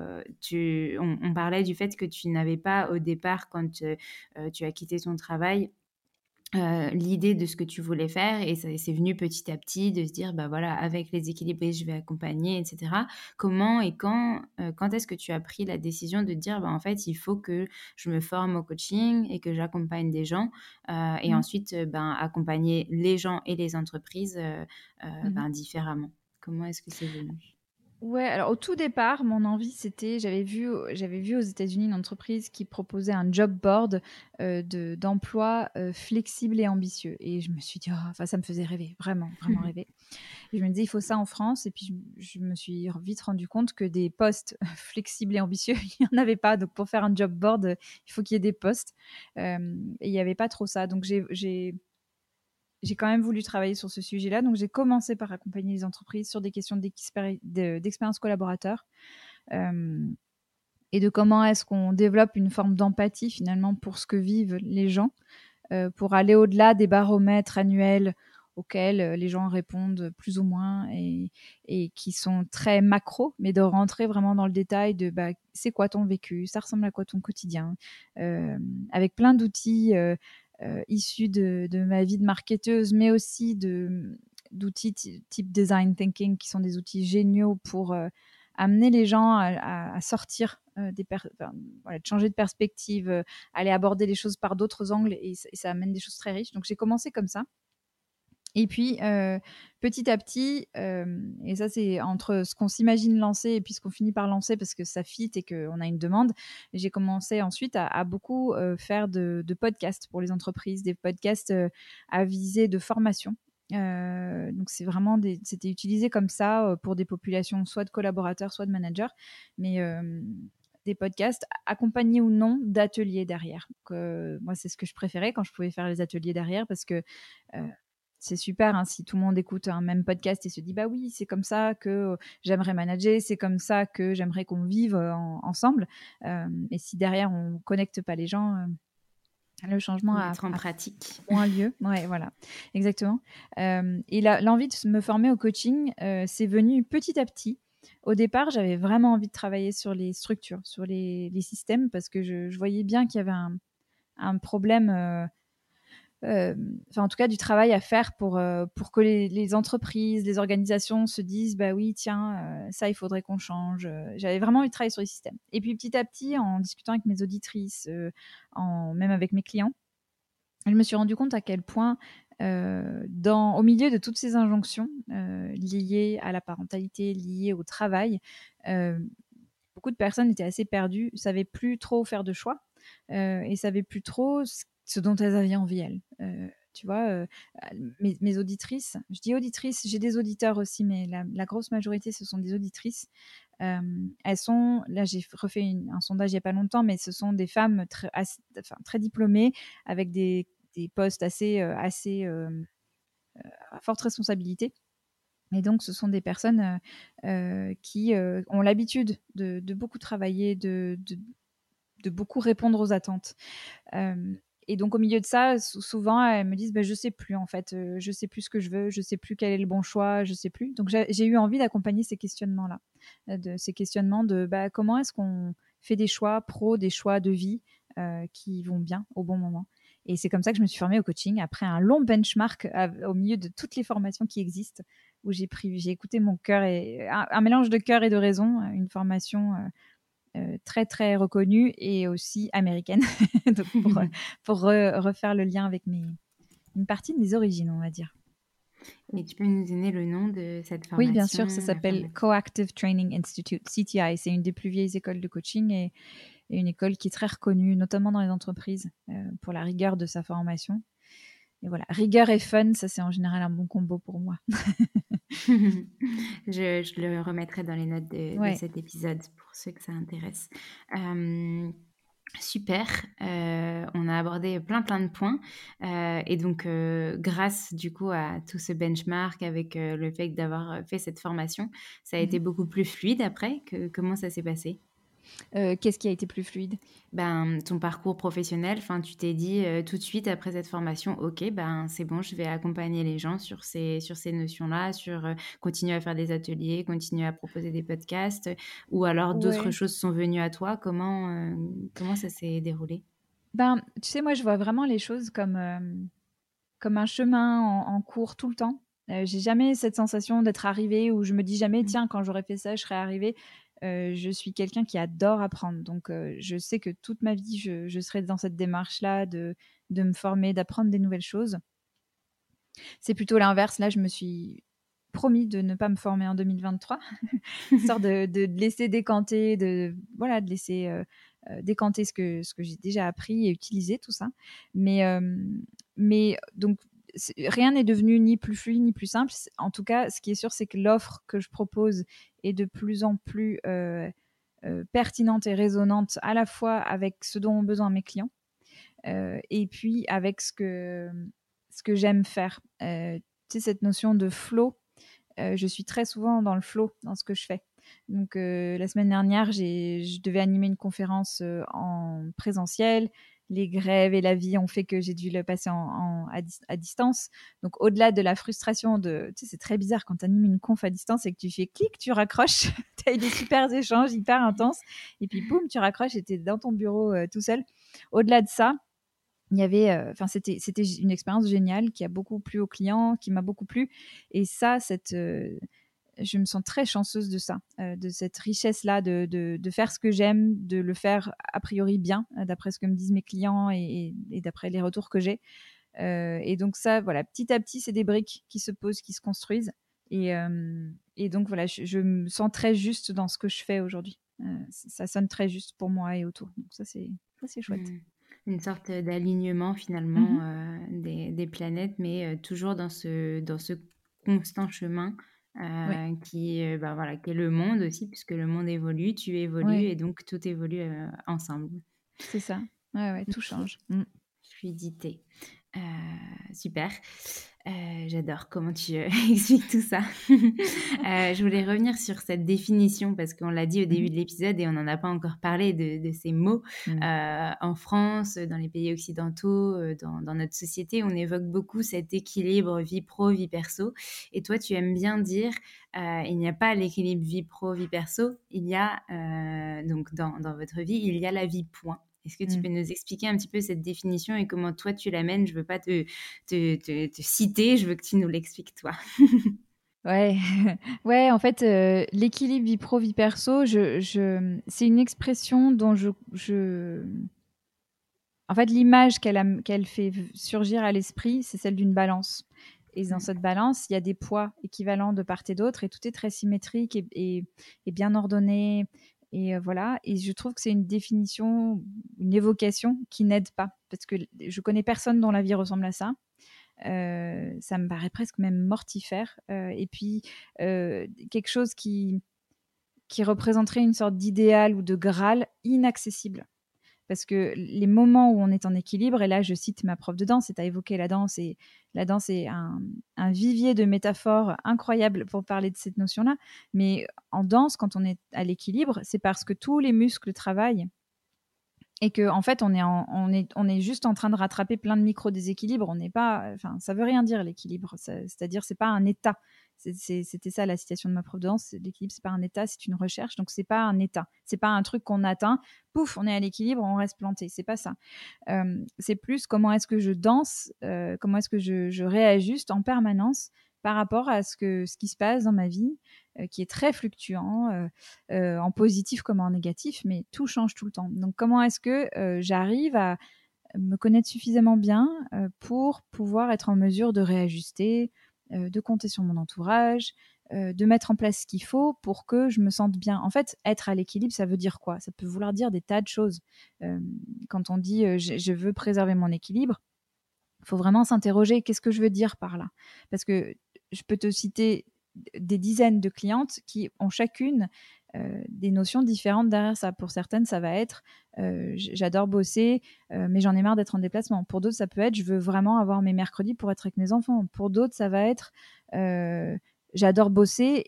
S7: on parlait du fait que tu n'avais pas au départ quand tu as quitté ton travail l'idée de ce que tu voulais faire, et ça c'est venu petit à petit de se dire bah voilà, avec les équilibristes je vais accompagner, etc. Comment et quand est-ce que tu as pris la décision de dire bah en fait il faut que je me forme au coaching et que j'accompagne des gens et
S6: Mhm.
S7: ensuite ben, accompagner les gens et les entreprises
S6: Mhm.
S7: ben, différemment? Comment est-ce que c'est venu?
S6: Ouais, alors au tout départ, mon envie, c'était, j'avais vu aux États-Unis une entreprise qui proposait un job board d'emploi flexible et ambitieux. Et je me suis dit, oh, enfin, ça me faisait rêver, vraiment, vraiment rêver. Et je me disais, il faut ça en France. Et puis, je me suis vite rendu compte que des postes flexibles et ambitieux, il n'y en avait pas. Donc, pour faire un job board, il faut qu'il y ait des postes. Et il n'y avait pas trop ça. Donc, j'ai quand même voulu travailler sur ce sujet-là. Donc, j'ai commencé par accompagner les entreprises sur des questions d'expérience collaborateur et de comment est-ce qu'on développe une forme d'empathie finalement pour ce que vivent les gens, pour aller au-delà des baromètres annuels auxquels les gens répondent plus ou moins et qui sont très macro, mais de rentrer vraiment dans le détail de bah, c'est quoi ton vécu, ça ressemble à quoi ton quotidien, avec plein d'outils issus de ma vie de marketeuse, mais aussi d'outils type design thinking, qui sont des outils géniaux pour amener les gens à sortir voilà, de changer de perspective, aller aborder les choses par d'autres angles, et ça amène des choses très riches. Donc j'ai commencé comme ça. Et puis, petit à petit, et ça c'est entre ce qu'on s'imagine lancer et puis ce qu'on finit par lancer parce que ça fit et qu'on a une demande, j'ai commencé ensuite à beaucoup faire de podcasts pour les entreprises, des podcasts à visée de formation. Donc c'est vraiment c'était utilisé comme ça pour des populations soit de collaborateurs, soit de managers, mais des podcasts accompagnés ou non d'ateliers derrière. Donc, moi, c'est ce que je préférais quand je pouvais faire les ateliers derrière, parce que euh, c'est super hein, si tout le monde écoute un même podcast et se dit bah oui, c'est comme ça que j'aimerais manager, c'est comme ça que j'aimerais qu'on vive ensemble. Et si derrière on connecte pas les gens, le changement
S7: Mettre en
S6: a
S7: pratique.
S6: point lieu. Ouais, voilà, exactement. Et l'envie de me former au coaching, c'est venu petit à petit. Au départ, j'avais vraiment envie de travailler sur les structures, sur les systèmes, parce que je voyais bien qu'il y avait un problème enfin en tout cas du travail à faire pour que les entreprises, les organisations se disent bah oui tiens ça il faudrait qu'on change. J'avais vraiment envie de travailler sur les systèmes. Et puis petit à petit en discutant avec mes auditrices, même avec mes clients, je me suis rendu compte à quel point au milieu de toutes ces injonctions liées à la parentalité, liées au travail, euh, beaucoup de personnes étaient assez perdues, savaient plus trop faire de choix et savaient plus trop ce dont elles avaient envie, elles. Tu vois, mes auditrices, je dis auditrices, j'ai des auditeurs aussi, mais la grosse majorité, ce sont des auditrices. Elles sont, là j'ai refait un sondage il n'y a pas longtemps, mais ce sont des femmes très diplômées, avec des postes assez à forte responsabilité. Et donc, ce sont des personnes qui ont l'habitude de beaucoup travailler, de beaucoup répondre aux attentes. Et donc, au milieu de ça, souvent, elles me disent bah, je sais plus, en fait, je sais plus ce que je veux, je sais plus quel est le bon choix, je sais plus. Donc, j'ai eu envie d'accompagner ces questionnements-là, de ces questionnements de bah, comment est-ce qu'on fait des choix pro, des choix de vie qui vont bien au bon moment. Et c'est comme ça que je me suis formée au coaching après un long benchmark au milieu de toutes les formations qui existent, où j'ai écouté mon cœur et un mélange de cœur et de raison, une formation très très reconnue et aussi américaine, donc pour refaire le lien avec une partie de mes origines, on va dire.
S7: Et tu peux nous donner le nom de cette
S6: Oui,
S7: formation?
S6: bien sûr, ça s'appelle Coactive Training Institute, CTI. C'est une des plus vieilles écoles de coaching et une école qui est très reconnue, notamment dans les entreprises, pour la rigueur de sa formation. Et voilà, rigueur et fun, ça c'est en général un bon combo pour moi.
S7: Je le remettrai dans les notes de cet épisode pour ceux que ça intéresse. Super, on a abordé plein de points et donc grâce du coup à tout ce benchmark avec le fait d'avoir fait cette formation, ça a été beaucoup plus fluide après. Comment ça s'est passé?
S6: Qu'est-ce qui a été plus fluide?
S7: Ben, ton parcours professionnel, enfin, tu t'es dit tout de suite après cette formation, ok, ben c'est bon, je vais accompagner les gens sur ces notions-là, sur continuer à faire des ateliers, continuer à proposer des podcasts, ou alors d'autres
S6: Ouais.
S7: choses sont venues à toi. Comment ça s'est déroulé?
S6: Ben, tu sais, moi, je vois vraiment les choses comme un chemin en cours tout le temps. J'ai jamais cette sensation d'être arrivée où je me dis jamais, tiens, quand j'aurai fait ça, je serai arrivée. Je suis quelqu'un qui adore apprendre. Donc, je sais que toute ma vie, je serai dans cette démarche-là de me former, d'apprendre des nouvelles choses. C'est plutôt l'inverse. Là, je me suis promis de ne pas me former en 2023, histoire de laisser décanter, de laisser décanter ce que j'ai déjà appris et utilisé, tout ça. Mais donc, rien n'est devenu ni plus fluide ni plus simple. En tout cas, ce qui est sûr, c'est que l'offre que je propose est de plus en plus pertinente et résonante, à la fois avec ce dont ont besoin mes clients et puis avec ce que j'aime faire. Tu sais, cette notion de flow, je suis très souvent dans le flow, dans ce que je fais. Donc, la semaine dernière, je devais animer une conférence en présentiel. Les grèves et la vie ont fait que j'ai dû le passer à distance. Donc, au-delà de la frustration tu sais, c'est très bizarre quand tu animes une conf à distance et que tu fais clic, tu raccroches. Tu as eu des super échanges hyper intenses. Et puis, boum, tu raccroches et tu es dans ton bureau tout seul. Au-delà de ça, il y avait, c'était une expérience géniale qui a beaucoup plu aux clients, qui m'a beaucoup plu. Et ça, je me sens très chanceuse de ça, de cette richesse-là, de faire ce que j'aime, de le faire a priori bien, d'après ce que me disent mes clients et d'après les retours que j'ai. Et donc ça, voilà, petit à petit, c'est des briques qui se posent, qui se construisent. Et donc voilà, je me sens très juste dans ce que je fais aujourd'hui. Ça sonne très juste pour moi et autour. Donc ça, c'est chouette.
S7: Une sorte d'alignement finalement
S6: Mhm.
S7: des planètes, mais toujours dans ce constant chemin
S6: Oui,
S7: bah, voilà, qui est le monde aussi, puisque le monde évolue, tu évolues
S6: ouais,
S7: et donc tout évolue ensemble.
S6: c'est ça. Ouais, ouais, tout
S7: Ok.
S6: change. Mm.
S7: Fluidité. Heu, super. J'adore comment tu, expliques tout ça. Je voulais revenir sur cette définition parce qu'on l'a dit au début
S6: Mhm.
S7: de l'épisode et on n'en a pas encore parlé de ces mots.
S6: Mm.
S7: En France, dans les pays occidentaux, dans notre société, on évoque beaucoup cet équilibre vie pro, vie perso et toi, tu aimes bien dire, il n'y a pas l'équilibre vie pro, vie perso, il y a, donc dans votre vie, il y a la vie, point. Est-ce que tu peux nous expliquer un petit peu cette définition et comment toi tu l'amènes? Je veux pas te citer, je veux que tu nous l'expliques toi.
S6: Ouais, ouais, en fait, l'équilibre vie pro, vie perso, c'est une expression dont en fait, l'image qu'elle fait surgir à l'esprit, c'est celle d'une balance. Et dans cette balance, il y a des poids équivalents de part et d'autre, et tout est très symétrique et bien ordonné. Et voilà. Et je trouve que c'est une définition, une évocation qui n'aide pas, parce que je connais personne dont la vie ressemble à ça. Ça me paraît presque même mortifère. Et puis, quelque chose qui représenterait une sorte d'idéal ou de Graal inaccessible. Parce que les moments où on est en équilibre, et là je cite ma prof de danse, et tu as évoqué la danse, et la danse est un vivier de métaphores incroyable pour parler de cette notion-là, mais en danse, quand on est à l'équilibre, c'est parce que tous les muscles travaillent, et que en fait on est juste en train de rattraper plein de micro déséquilibres. On n'est pas, enfin ça veut rien dire l'équilibre, c'est-à-dire c'est pas un état. C'était ça la citation de ma prof de danse. L'équilibre c'est pas un état, c'est une recherche. Donc c'est pas un état, c'est pas un truc qu'on atteint, pouf on est à l'équilibre, on reste planté, c'est pas ça. C'est plus comment est-ce que je danse, comment est-ce que je réajuste en permanence par rapport à ce qui se passe dans ma vie, qui est très fluctuant, en positif comme en négatif, mais tout change tout le temps. Donc comment est-ce que j'arrive à me connaître suffisamment bien pour pouvoir être en mesure de réajuster, de compter sur mon entourage, de mettre en place ce qu'il faut pour que je me sente bien. En fait, être à l'équilibre, ça veut dire quoi? Ça peut vouloir dire des tas de choses. Quand on dit je veux préserver mon équilibre, il faut vraiment s'interroger, qu'est-ce que je veux dire par là? Parce que je peux te citer des dizaines de clientes qui ont chacune des notions différentes derrière ça. Pour certaines, ça va être j'adore bosser, mais j'en ai marre d'être en déplacement. Pour d'autres, ça peut être je veux vraiment avoir mes mercredis pour être avec mes enfants. Pour d'autres, ça va être j'adore bosser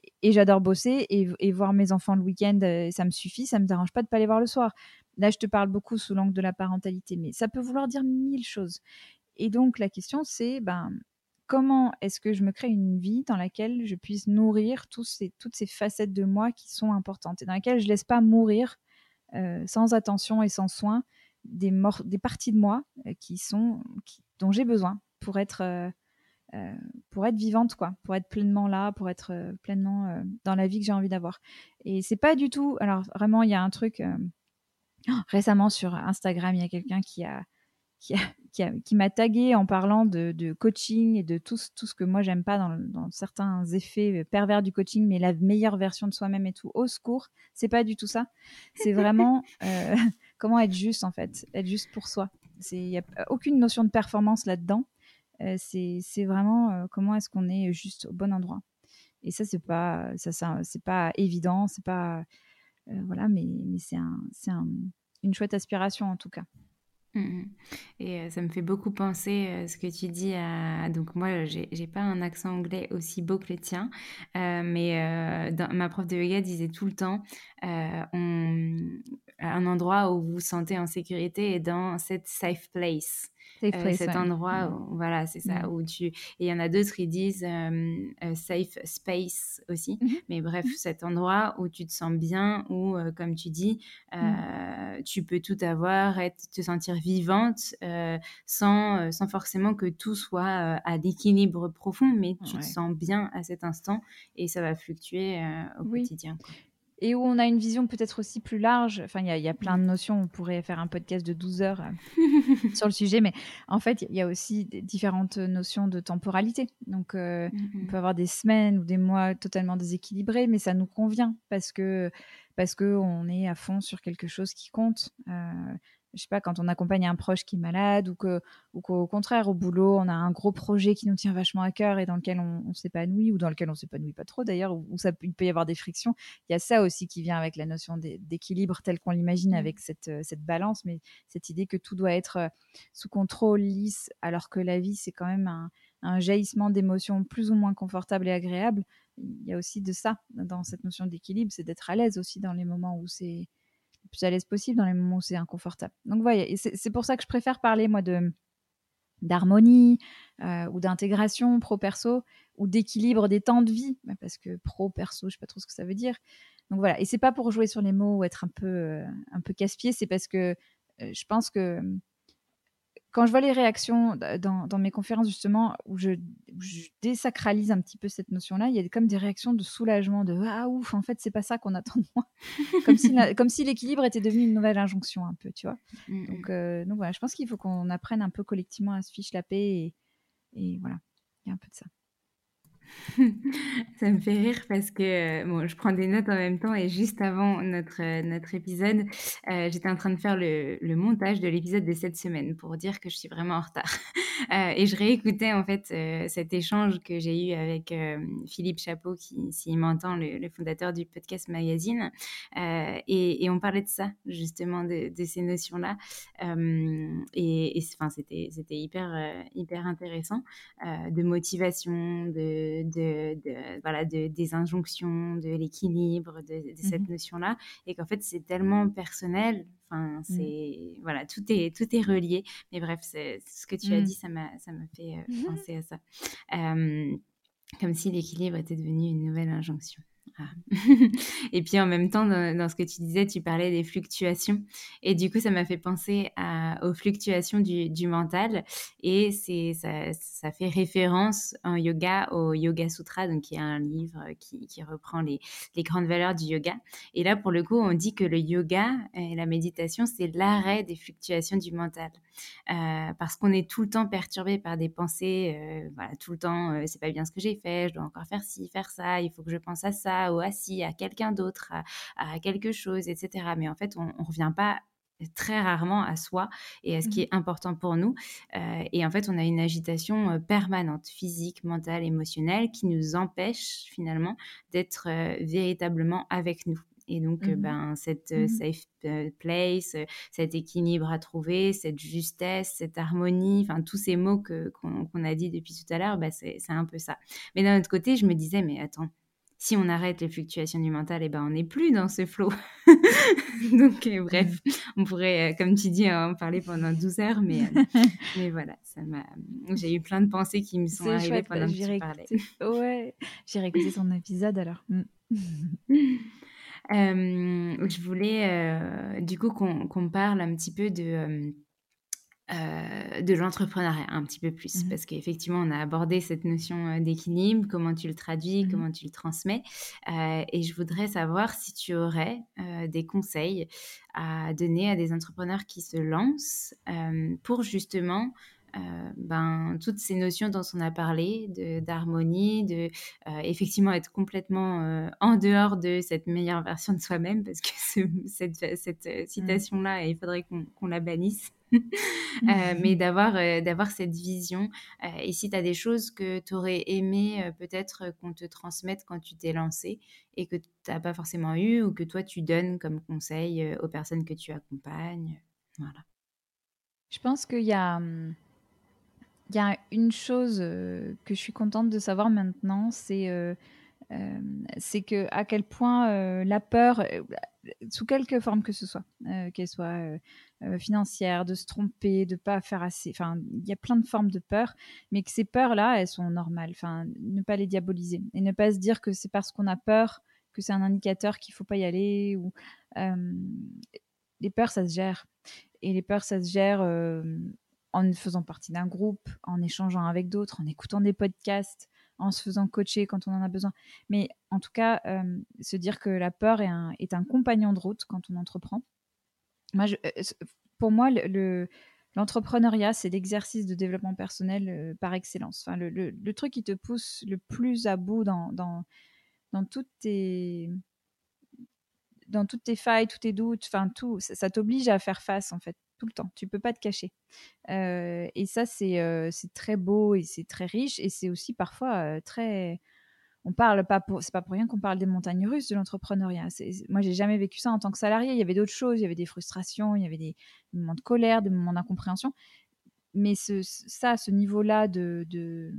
S6: et voir mes enfants le week-end, ça me suffit, ça me dérange pas de pas les voir le soir. Là, je te parle beaucoup sous l'angle de la parentalité, mais ça peut vouloir dire mille choses. Et donc, la question, c'est comment est-ce que je me crée une vie dans laquelle je puisse nourrir toutes ces facettes de moi qui sont importantes et dans laquelle je ne laisse pas mourir sans attention et sans soin des parties de moi dont j'ai besoin pour être vivante, quoi, pour être pleinement là, pour être pleinement dans la vie que j'ai envie d'avoir. Et c'est pas du tout. Alors, vraiment, il y a un truc. Récemment, sur Instagram, il y a quelqu'un qui, qui m'a tagué en parlant de coaching et de tout ce que moi j'aime pas dans certains effets pervers du coaching, mais la meilleure version de soi-même et tout. Au secours, c'est pas du tout ça. C'est vraiment comment être juste, en fait, être juste pour soi. Il n'y a aucune notion de performance là-dedans. C'est vraiment comment est-ce qu'on est juste au bon endroit. Et ça, c'est pas évident, c'est pas voilà, mais une chouette aspiration en tout cas.
S7: Mmh. Et ça me fait beaucoup penser, ce que tu dis à donc moi, j'ai pas un accent anglais aussi beau que le tien, mais ma prof de yoga disait tout le temps, on un endroit où vous vous sentez en sécurité est dans cette safe place.
S6: Safe place,
S7: Cet
S6: ouais.
S7: endroit où voilà, c'est ça, où et il y en a d'autres, ils disent, safe space aussi.
S6: Mmh.
S7: Mais bref, cet endroit où tu te sens bien, où, comme tu dis, tu peux tout avoir, te sentir vivante sans forcément que tout soit à l'équilibre profond, mais tu te sens bien à cet instant et ça va fluctuer au quotidien, quoi.
S6: Et où on a une vision peut-être aussi plus large. Enfin, il y a plein de notions. On pourrait faire un podcast de 12 heures sur le sujet, mais en fait, il y a aussi différentes notions de temporalité. Donc, on peut avoir des semaines ou des mois totalement déséquilibrés, mais ça nous convient parce que on est à fond sur quelque chose qui compte. Je sais pas, quand on accompagne un proche qui est malade ou qu'au contraire, au boulot, on a un gros projet qui nous tient vachement à cœur et dans lequel on s'épanouit ou dans lequel on s'épanouit pas trop d'ailleurs, où il peut y avoir des frictions. Il y a ça aussi qui vient avec la notion d'équilibre telle qu'on l'imagine avec cette balance, mais cette idée que tout doit être sous contrôle, lisse, alors que la vie, c'est quand même un jaillissement d'émotions plus ou moins confortables et agréables. Il y a aussi de ça dans cette notion d'équilibre, c'est d'être à l'aise aussi dans les moments où c'est le plus à l'aise possible, dans les moments où c'est inconfortable. Donc voilà, et c'est pour ça que je préfère parler, moi, d'harmonie ou d'intégration pro-perso ou d'équilibre des temps de vie, parce que pro-perso, je sais pas trop ce que ça veut dire. Donc voilà, et c'est pas pour jouer sur les mots ou être un peu casse-pied, c'est parce que je pense que quand je vois les réactions dans mes conférences, justement, où je désacralise un petit peu cette notion-là, il y a comme des réactions de soulagement, de ah ouf, en fait, c'est pas ça qu'on attend de moi. Comme si l'équilibre était devenu une nouvelle injonction, un peu, tu vois. Donc voilà, je pense qu'il faut qu'on apprenne un peu collectivement à se fiche la paix et voilà, il y a un peu de ça.
S7: Ça me fait rire parce que, bon, je prends des notes en même temps et juste avant notre épisode, j'étais en train de faire le montage de l'épisode de cette semaine pour dire que je suis vraiment en retard. Et je réécoutais en fait, cet échange que j'ai eu avec, Philippe Chapeau qui, s'il m'entend, le fondateur du Podcast Magazine, et on parlait de ça justement, de ces notions-là, enfin c'était hyper intéressant, de motivation, voilà, des injonctions, de l'équilibre, de cette notion-là, et qu'en fait, c'est tellement personnel. Enfin, c'est voilà, tout est relié. Mais bref, ce que tu as dit, ça m'a fait penser à ça. Comme si l'équilibre était devenu une nouvelle injonction. Ah. Et puis en même temps, dans ce que tu disais, tu parlais des fluctuations. Et du coup, ça m'a fait penser aux fluctuations du mental. Et ça fait référence en yoga au Yoga Sutra, donc qui est un livre qui reprend les grandes valeurs du yoga. Et là, pour le coup, on dit que le yoga et la méditation, c'est l'arrêt des fluctuations du mental. Parce qu'on est tout le temps perturbé par des pensées, voilà, tout le temps, c'est pas bien ce que j'ai fait, je dois encore faire ci, faire ça, il faut que je pense à ça ou à ci, à quelqu'un d'autre, à quelque chose, etc. Mais en fait, on revient pas très rarement à soi et à ce qui est important pour nous. Et en fait, on a une agitation permanente, physique, mentale, émotionnelle, qui nous empêche finalement d'être véritablement avec nous. Et donc, cette safe place, cet équilibre à trouver, cette justesse, cette harmonie, enfin tous ces mots qu'on a dit depuis tout à l'heure, c'est un peu ça. Mais d'un autre côté, je me disais, mais attends, si on arrête les fluctuations du mental, on n'est plus dans ce flow. Donc, bref, on pourrait, comme tu dis, en parler pendant 12 heures, mais voilà, j'ai eu plein de pensées qui me sont arrivées pendant que tu parlais.
S6: Ouais, j'irai écouter ton épisode alors.
S7: Je voulais du coup qu'on parle un petit peu de l'entrepreneuriat un petit peu plus, parce qu'effectivement, on a abordé cette notion d'équilibre, comment tu le traduis, comment tu le transmets. Et je voudrais savoir si tu aurais des conseils à donner à des entrepreneurs qui se lancent pour justement toutes ces notions dont on a parlé, d'harmonie, effectivement être complètement en dehors de cette meilleure version de soi-même, parce que cette citation-là, il faudrait qu'on la bannisse. Mais d'avoir cette vision. Et si tu as des choses que tu aurais aimé peut-être qu'on te transmette quand tu t'es lancé et que tu n'as pas forcément eu, ou que toi tu donnes comme conseil aux personnes que tu accompagnes. Voilà.
S6: Je pense qu'il y a une chose que je suis contente de savoir maintenant, c'est que à quel point la peur, sous quelque forme que ce soit, qu'elle soit financière, de se tromper, de pas faire assez, enfin, il y a plein de formes de peur, mais que ces peurs-là, elles sont normales. Enfin, ne pas les diaboliser et ne pas se dire que c'est parce qu'on a peur que c'est un indicateur qu'il faut pas y aller. Ou les peurs, ça se gère. Et les peurs, ça se gère en faisant partie d'un groupe, en échangeant avec d'autres, en écoutant des podcasts, en se faisant coacher quand on en a besoin. Mais en tout cas, se dire que la peur est un compagnon de route quand on entreprend. Moi, pour moi, l'entrepreneuriat, c'est l'exercice de développement personnel par excellence. Enfin, le truc qui te pousse le plus à bout dans toutes tes failles, tous tes doutes, enfin tout, ça t'oblige à faire face en fait tout le temps. Tu peux pas te cacher. Et ça, c'est très beau et c'est très riche et c'est aussi parfois très. On parle pas c'est pas pour rien qu'on parle des montagnes russes de l'entrepreneuriat. Moi, j'ai jamais vécu ça en tant que salarié. Il y avait d'autres choses, il y avait des frustrations, il y avait des moments de colère, des moments d'incompréhension. Mais ce niveau-là de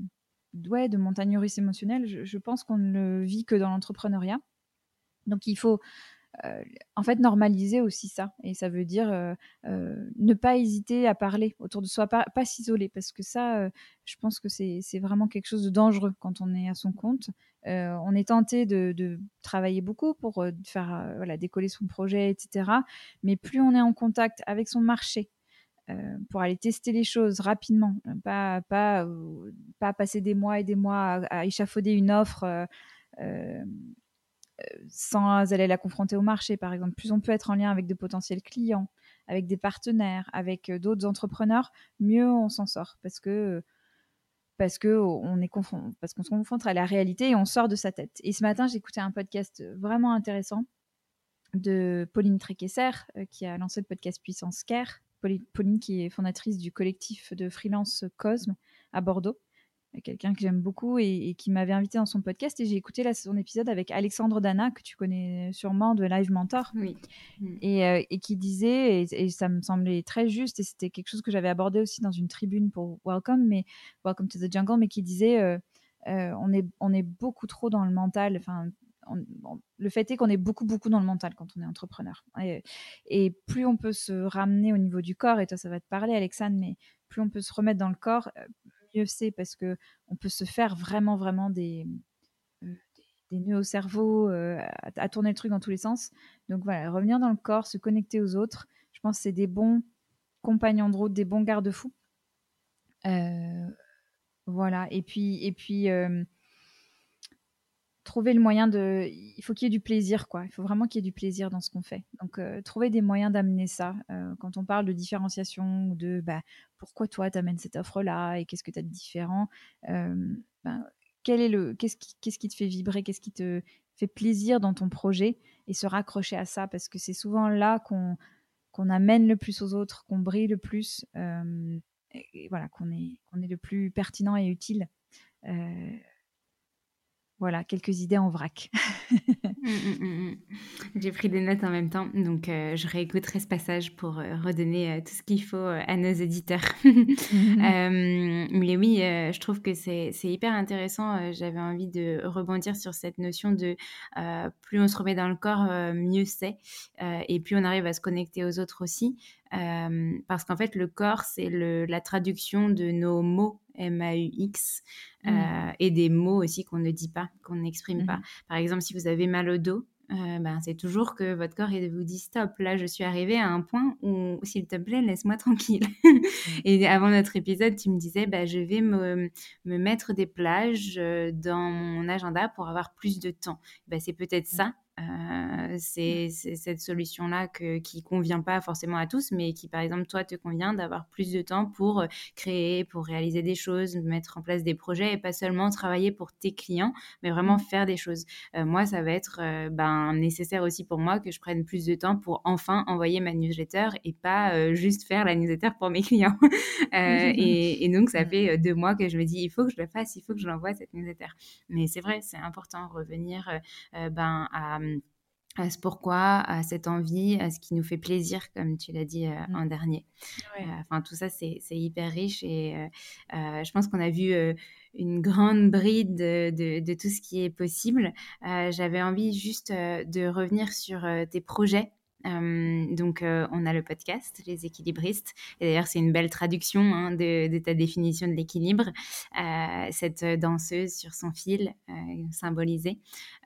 S6: montagnes russes émotionnelles, je pense qu'on ne le vit que dans l'entrepreneuriat. Donc, il faut en fait, normaliser aussi ça. Et ça veut dire ne pas hésiter à parler autour de soi, pas s'isoler, parce que ça, je pense que c'est vraiment quelque chose de dangereux quand on est à son compte. On est tenté de travailler beaucoup pour faire voilà, décoller son projet, etc. Mais plus on est en contact avec son marché, pour aller tester les choses rapidement, pas passer des mois et des mois à échafauder une offre euh, sans aller la confronter au marché, par exemple. Plus on peut être en lien avec de potentiels clients, avec des partenaires, avec d'autres entrepreneurs, mieux on s'en sort parce qu'on se confronte à la réalité et on sort de sa tête. Et ce matin, j'ai écouté un podcast vraiment intéressant de Pauline Tréquesser, qui a lancé le podcast Puissance Care. Pauline qui est fondatrice du collectif de freelance Cosme à Bordeaux, quelqu'un que j'aime beaucoup et qui m'avait invité dans son podcast. Et j'ai écouté là, son épisode avec Alexandre Dana, que tu connais sûrement de Live Mentor,
S7: Oui.
S6: et qui disait, et ça me semblait très juste, et c'était quelque chose que j'avais abordé aussi dans une tribune pour Welcome to the Jungle, mais qui disait on est beaucoup trop dans le mental. Enfin, le fait est qu'on est beaucoup, beaucoup dans le mental quand on est entrepreneur. Et plus on peut se ramener au niveau du corps, et toi, ça va te parler, Alexandre, mais plus on peut se remettre dans le corps, mieux c'est, parce que on peut se faire vraiment, vraiment euh, des nœuds au cerveau, à tourner le truc dans tous les sens. Donc voilà, revenir dans le corps, se connecter aux autres, je pense que c'est des bons compagnons de route, des bons garde-fous. Euh, voilà, et puis trouver le moyen de. Il faut qu'il y ait du plaisir, quoi. Il faut vraiment qu'il y ait du plaisir dans ce qu'on fait. Donc, trouver des moyens d'amener ça. Quand on parle de différenciation ou de pourquoi toi, tu amènes cette offre-là et qu'est-ce que tu as de différent, ben, qu'est-ce qui te fait vibrer, qu'est-ce qui te fait plaisir dans ton projet, et se raccrocher à ça, parce que c'est souvent là qu'on amène le plus aux autres, qu'on brille le plus, et voilà, qu'on est le plus pertinent et utile. Euh, voilà, quelques idées en vrac.
S7: Mmh, mmh, mmh, mmh. J'ai pris des notes en même temps, donc je réécouterai ce passage pour redonner tout ce qu'il faut à nos auditeurs. Mais oui, je trouve que c'est hyper intéressant. J'avais envie de rebondir sur cette notion de plus on se remet dans le corps, mieux c'est. Et plus on arrive à se connecter aux autres aussi. Parce qu'en fait, le corps, c'est la traduction de nos mots, MAUX, et des mots aussi qu'on ne dit pas, qu'on n'exprime pas. Par exemple, si vous avez mal au dos, c'est toujours que votre corps il vous dit stop, là je suis arrivée à un point où s'il te plaît laisse-moi tranquille. Et avant notre épisode tu me disais je vais me mettre des plages dans mon agenda pour avoir plus de temps. C'est peut-être ça. C'est cette solution-là qui convient pas forcément à tous, mais qui, par exemple, toi, te convient d'avoir plus de temps pour créer, pour réaliser des choses, mettre en place des projets et pas seulement travailler pour tes clients, mais vraiment faire des choses. Moi, ça va être nécessaire aussi pour moi que je prenne plus de temps pour enfin envoyer ma newsletter et pas juste faire la newsletter pour mes clients. Et donc, ça fait 2 mois que je me dis, il faut que je le fasse, il faut que je l'envoie cette newsletter. Mais c'est vrai, c'est important de revenir à ce pourquoi, à cette envie, à ce qui nous fait plaisir, comme tu l'as dit en dernier.
S6: Ouais.
S7: Tout ça, c'est hyper riche et je pense qu'on a vu une grande bride de tout ce qui est possible. J'avais envie juste de revenir sur tes projets. Donc, on a le podcast, Les Équilibristes. Et d'ailleurs, c'est une belle traduction de ta définition de l'équilibre. Cette danseuse sur son fil symbolisée.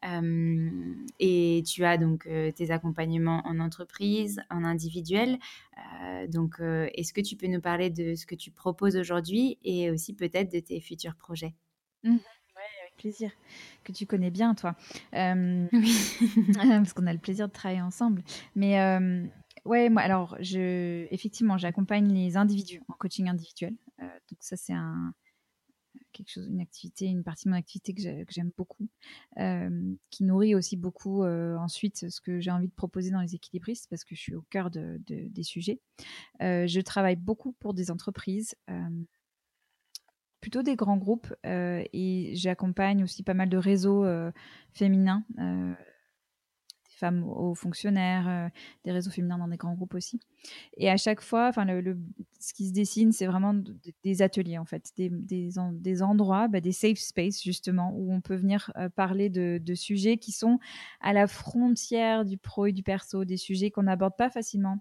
S7: Et tu as donc tes accompagnements en entreprise, en individuel. Donc, est-ce que tu peux nous parler de ce que tu proposes aujourd'hui et aussi peut-être de tes futurs projets?
S6: Avec plaisir, que tu connais bien, toi.
S7: Oui.
S6: Parce qu'on a le plaisir de travailler ensemble. Mais ouais, moi, alors, effectivement, j'accompagne les individus en coaching individuel. Donc ça, c'est quelque chose, une activité, une partie de mon activité que j'aime beaucoup, qui nourrit aussi beaucoup ensuite ce que j'ai envie de proposer dans les équilibristes, parce que je suis au cœur des sujets. Je travaille beaucoup pour des entreprises, plutôt des grands groupes, et j'accompagne aussi pas mal de réseaux féminins, des femmes hauts fonctionnaires, des réseaux féminins dans des grands groupes aussi. Et à chaque fois, ce qui se dessine, c'est vraiment des ateliers, en fait, des endroits, des safe spaces, justement, où on peut venir parler de sujets qui sont à la frontière du pro et du perso, des sujets qu'on n'aborde pas facilement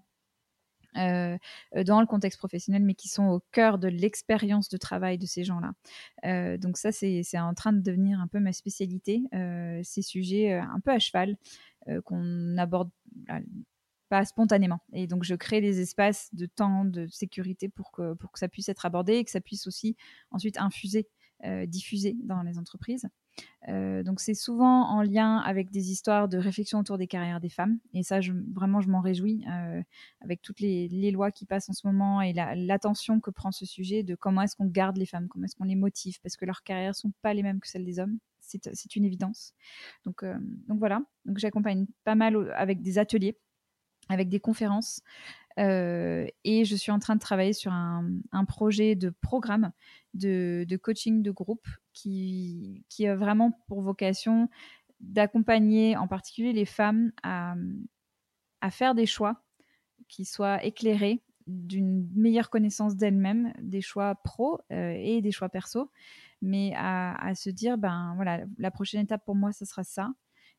S6: dans le contexte professionnel, mais qui sont au cœur de l'expérience de travail de ces gens-là. Donc ça, c'est en train de devenir un peu ma spécialité, ces sujets un peu à cheval qu'on aborde pas spontanément. Et donc, je crée des espaces de temps, de sécurité pour que ça puisse être abordé et que ça puisse aussi ensuite infuser, diffuser dans les entreprises. Donc, c'est souvent en lien avec des histoires de réflexion autour des carrières des femmes. Et ça, vraiment, je m'en réjouis avec toutes les lois qui passent en ce moment et l'attention que prend ce sujet de comment est-ce qu'on garde les femmes, comment est-ce qu'on les motive, parce que leurs carrières ne sont pas les mêmes que celles des hommes. C'est une évidence. Donc voilà. Donc, j'accompagne pas mal avec des ateliers, avec des conférences. Et je suis en train de travailler sur un projet de programme de coaching de groupe qui a vraiment pour vocation d'accompagner en particulier les femmes à faire des choix qui soient éclairés d'une meilleure connaissance d'elles-mêmes, des choix pro et des choix perso, mais à se dire, voilà, la prochaine étape pour moi, ce sera ça.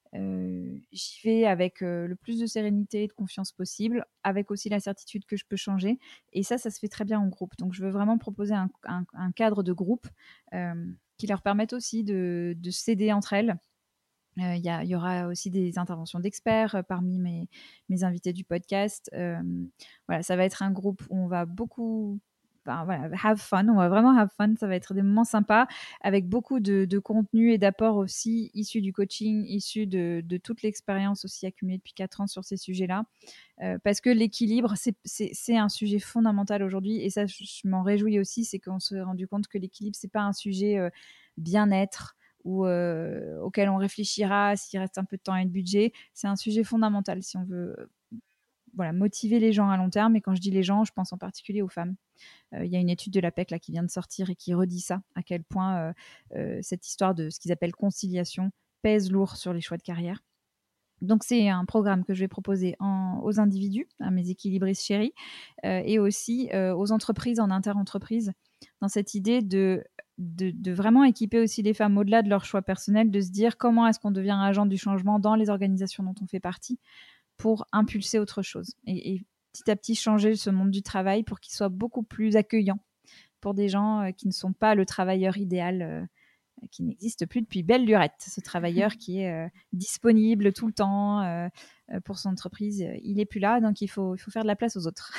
S6: J'y vais avec le plus de sérénité et de confiance possible, avec aussi la certitude que je peux changer. Et ça se fait très bien en groupe. Donc, je veux vraiment proposer un cadre de groupe qui leur permette aussi de s'aider entre elles. Il y aura aussi des interventions d'experts parmi mes invités du podcast. Voilà, ça va être un groupe où on va beaucoup voilà, have fun, on va vraiment have fun, ça va être des moments sympas avec beaucoup de contenu et d'apports aussi issus du coaching, issus de toute l'expérience aussi accumulée depuis 4 ans sur ces sujets-là. Parce que l'équilibre, c'est un sujet fondamental aujourd'hui et ça, je m'en réjouis aussi, c'est qu'on s'est rendu compte que l'équilibre, c'est pas un sujet bien-être ou auquel on réfléchira s'il reste un peu de temps et de budget. C'est un sujet fondamental si on veut voilà, motiver les gens à long terme. Et quand je dis les gens, je pense en particulier aux femmes. Il y a une étude de l'APEC là, qui vient de sortir et qui redit ça, à quel point cette histoire de ce qu'ils appellent conciliation pèse lourd sur les choix de carrière. Donc, c'est un programme que je vais proposer aux individus, à mes équilibristes chéris, et aussi aux entreprises en inter-entreprise, dans cette idée de vraiment équiper aussi les femmes au-delà de leur choix personnel, de se dire comment est-ce qu'on devient agent du changement dans les organisations dont on fait partie pour impulser autre chose. Et petit à petit changer ce monde du travail pour qu'il soit beaucoup plus accueillant pour des gens qui ne sont pas le travailleur idéal qui n'existe plus depuis belle lurette. Ce travailleur qui est disponible tout le temps pour son entreprise, il n'est plus là, donc il faut faire de la place aux autres.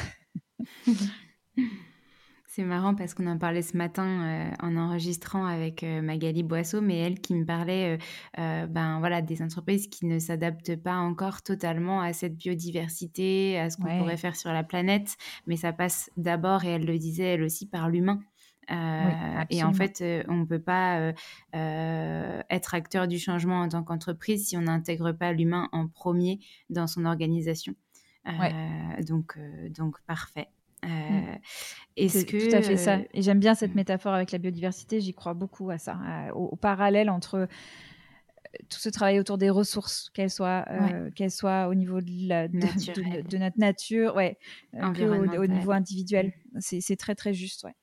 S7: C'est marrant parce qu'on en parlait ce matin en enregistrant avec Magali Boisseau, mais elle qui me parlait voilà, des entreprises qui ne s'adaptent pas encore totalement à cette biodiversité, à ce qu'on pourrait faire sur la planète, mais ça passe d'abord, et elle le disait elle aussi, par l'humain. Et en fait, on ne peut pas être acteur du changement en tant qu'entreprise si on n'intègre pas l'humain en premier dans son organisation. Donc, parfait.
S6: C'est tout à fait ça. Et j'aime bien cette métaphore avec la biodiversité. J'y crois beaucoup à ça, au parallèle entre tout ce travail autour des ressources, qu'elles soient au niveau de notre nature, au niveau individuel. C'est très, très juste. Ouais.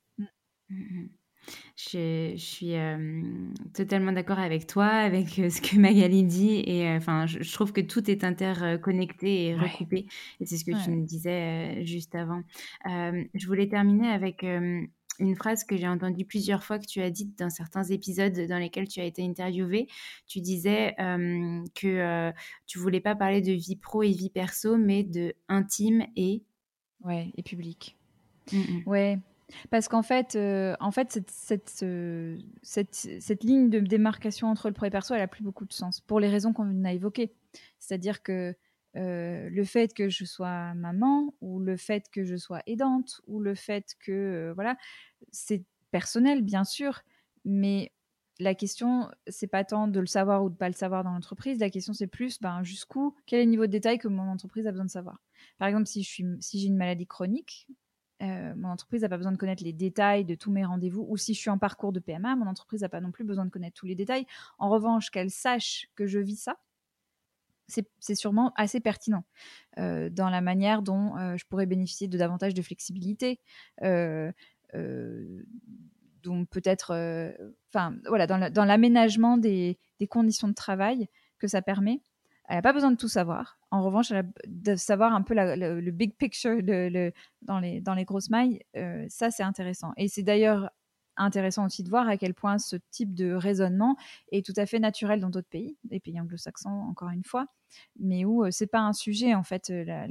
S7: Je suis totalement d'accord avec toi, avec ce que Magali dit. Et je trouve que tout est interconnecté et recoupé. Et c'est ce que tu nous disais juste avant. Je voulais terminer avec une phrase que j'ai entendue plusieurs fois, que tu as dite dans certains épisodes dans lesquels tu as été interviewée. Tu disais que tu voulais pas parler de vie pro et vie perso, mais de intime et
S6: public. Ouais. Parce qu'en fait, cette ligne de démarcation entre le pro et perso, elle n'a plus beaucoup de sens, pour les raisons qu'on a évoquées. C'est-à-dire que le fait que je sois maman, ou le fait que je sois aidante, ou le fait que, voilà, c'est personnel, bien sûr, mais la question, c'est pas tant de le savoir ou de pas le savoir dans l'entreprise. La question, c'est plus jusqu'où, quel est le niveau de détail que mon entreprise a besoin de savoir. Par exemple, si j'ai une maladie chronique, mon entreprise n'a pas besoin de connaître les détails de tous mes rendez-vous, ou si je suis en parcours de PMA, mon entreprise n'a pas non plus besoin de connaître tous les détails. En revanche, qu'elle sache que je vis ça, c'est sûrement assez pertinent dans la manière dont je pourrais bénéficier de davantage de flexibilité. Euh, euh, donc peut-être, voilà, dans l'aménagement des conditions de travail que ça permet. Elle n'a pas besoin de tout savoir. En revanche, elle a de savoir un peu le big picture dans les grosses mailles. Ça, c'est intéressant. Et c'est d'ailleurs intéressant aussi de voir à quel point ce type de raisonnement est tout à fait naturel dans d'autres pays, des pays anglo-saxons, encore une fois, mais où c'est pas un sujet, en fait,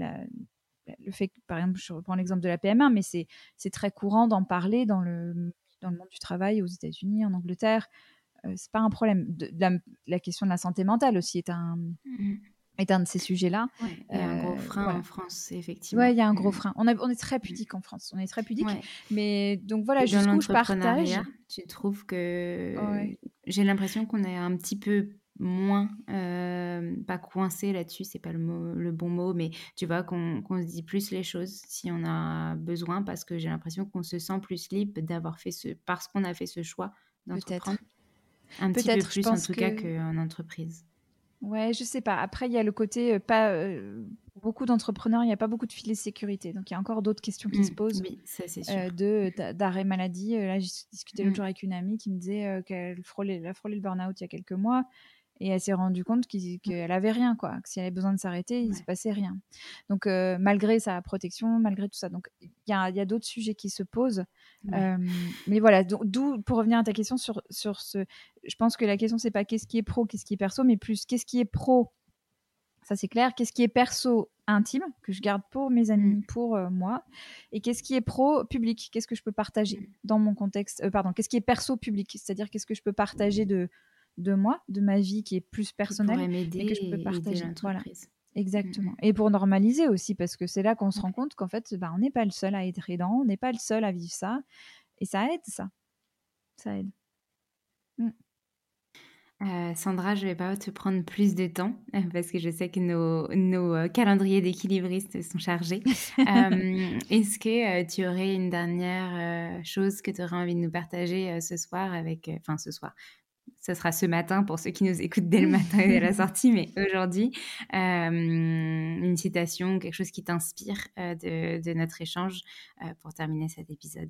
S6: le fait que, par exemple, je reprends l'exemple de la PMA, mais c'est très courant d'en parler dans le monde du travail aux États-Unis, en Angleterre. C'est pas un problème. La question de la santé mentale aussi
S7: Mmh.
S6: est un de ces sujets-là.
S7: Ouais, il y a un gros frein
S6: Voilà.
S7: en France, effectivement.
S6: Ouais, il y a un gros
S7: Mmh.
S6: frein. On est très
S7: Mmh.
S6: pudique en France. On est très pudique.
S7: Ouais.
S6: Mais donc voilà,
S7: Et dans
S6: jusqu'où je partage.
S7: l'entrepreneuriat, tu trouves que
S6: Ouais.
S7: j'ai l'impression qu'on est un petit peu moins, pas coincé là-dessus, c'est pas le bon mot, mais tu vois, qu'on se dit plus les choses si on a besoin, parce que j'ai l'impression qu'on se sent plus libre d'avoir fait parce qu'on a fait ce choix d'entreprendre.
S6: Peut-être.
S7: Un petit peu
S6: Peut-être. Je
S7: plus en
S6: pense
S7: tout cas
S6: que.
S7: qu'en entreprise.
S6: Ouais, je sais pas. Après, il y a le côté pas. Pour beaucoup d'entrepreneurs, il n'y a pas beaucoup de filets de sécurité. Donc, il y a encore d'autres questions qui se posent.
S7: Oui, ça c'est sûr.
S6: D'arrêt maladie. Là, j'ai discuté l'autre
S7: Mmh.
S6: jour avec une amie qui me disait qu'elle elle a frôlé le burn-out il y a quelques mois et elle s'est rendue compte qu'elle avait rien, quoi. Que si elle avait besoin de s'arrêter, il se
S7: Ouais.
S6: passait rien. Donc, malgré sa protection, malgré tout ça. Donc, il y a d'autres sujets qui se posent.
S7: Ouais.
S6: Mais voilà, d'où, pour revenir à ta question sur ce. Je pense que la question, c'est pas qu'est-ce qui est pro, qu'est-ce qui est perso, mais plus qu'est-ce qui est pro, ça c'est clair. Qu'est-ce qui est perso intime, que je garde pour mes
S7: Mmh.
S6: amis, pour moi, et qu'est-ce qui est pro public, qu'est-ce que je peux partager
S7: Mmh.
S6: dans mon contexte, pardon, qu'est-ce qui est perso public, c'est-à-dire qu'est-ce que je peux partager de moi, de ma vie qui est plus
S7: Qui
S6: personnelle,
S7: pourrait m'aider
S6: mais que je peux
S7: et aider
S6: partager. Voilà,
S7: l'entreprise. Mmh
S6: exactement.
S7: mh.
S6: Et pour normaliser aussi, parce que c'est là qu'on se rend
S7: Ouais.
S6: compte qu'en fait, on n'est pas le seul à être aidant, on n'est pas le seul à vivre ça, et ça aide, ça aide. Mm.
S7: Sandra, je vais pas te prendre plus de temps, parce que je sais que nos calendriers d'équilibristes sont chargés. Est-ce que, tu aurais une dernière, chose que tu aurais envie de nous partager, ce soir enfin ce soir, ce sera ce matin pour ceux qui nous écoutent dès le matin et dès la sortie, mais aujourd'hui, une citation, quelque chose qui t'inspire, de notre échange, pour terminer cet épisode?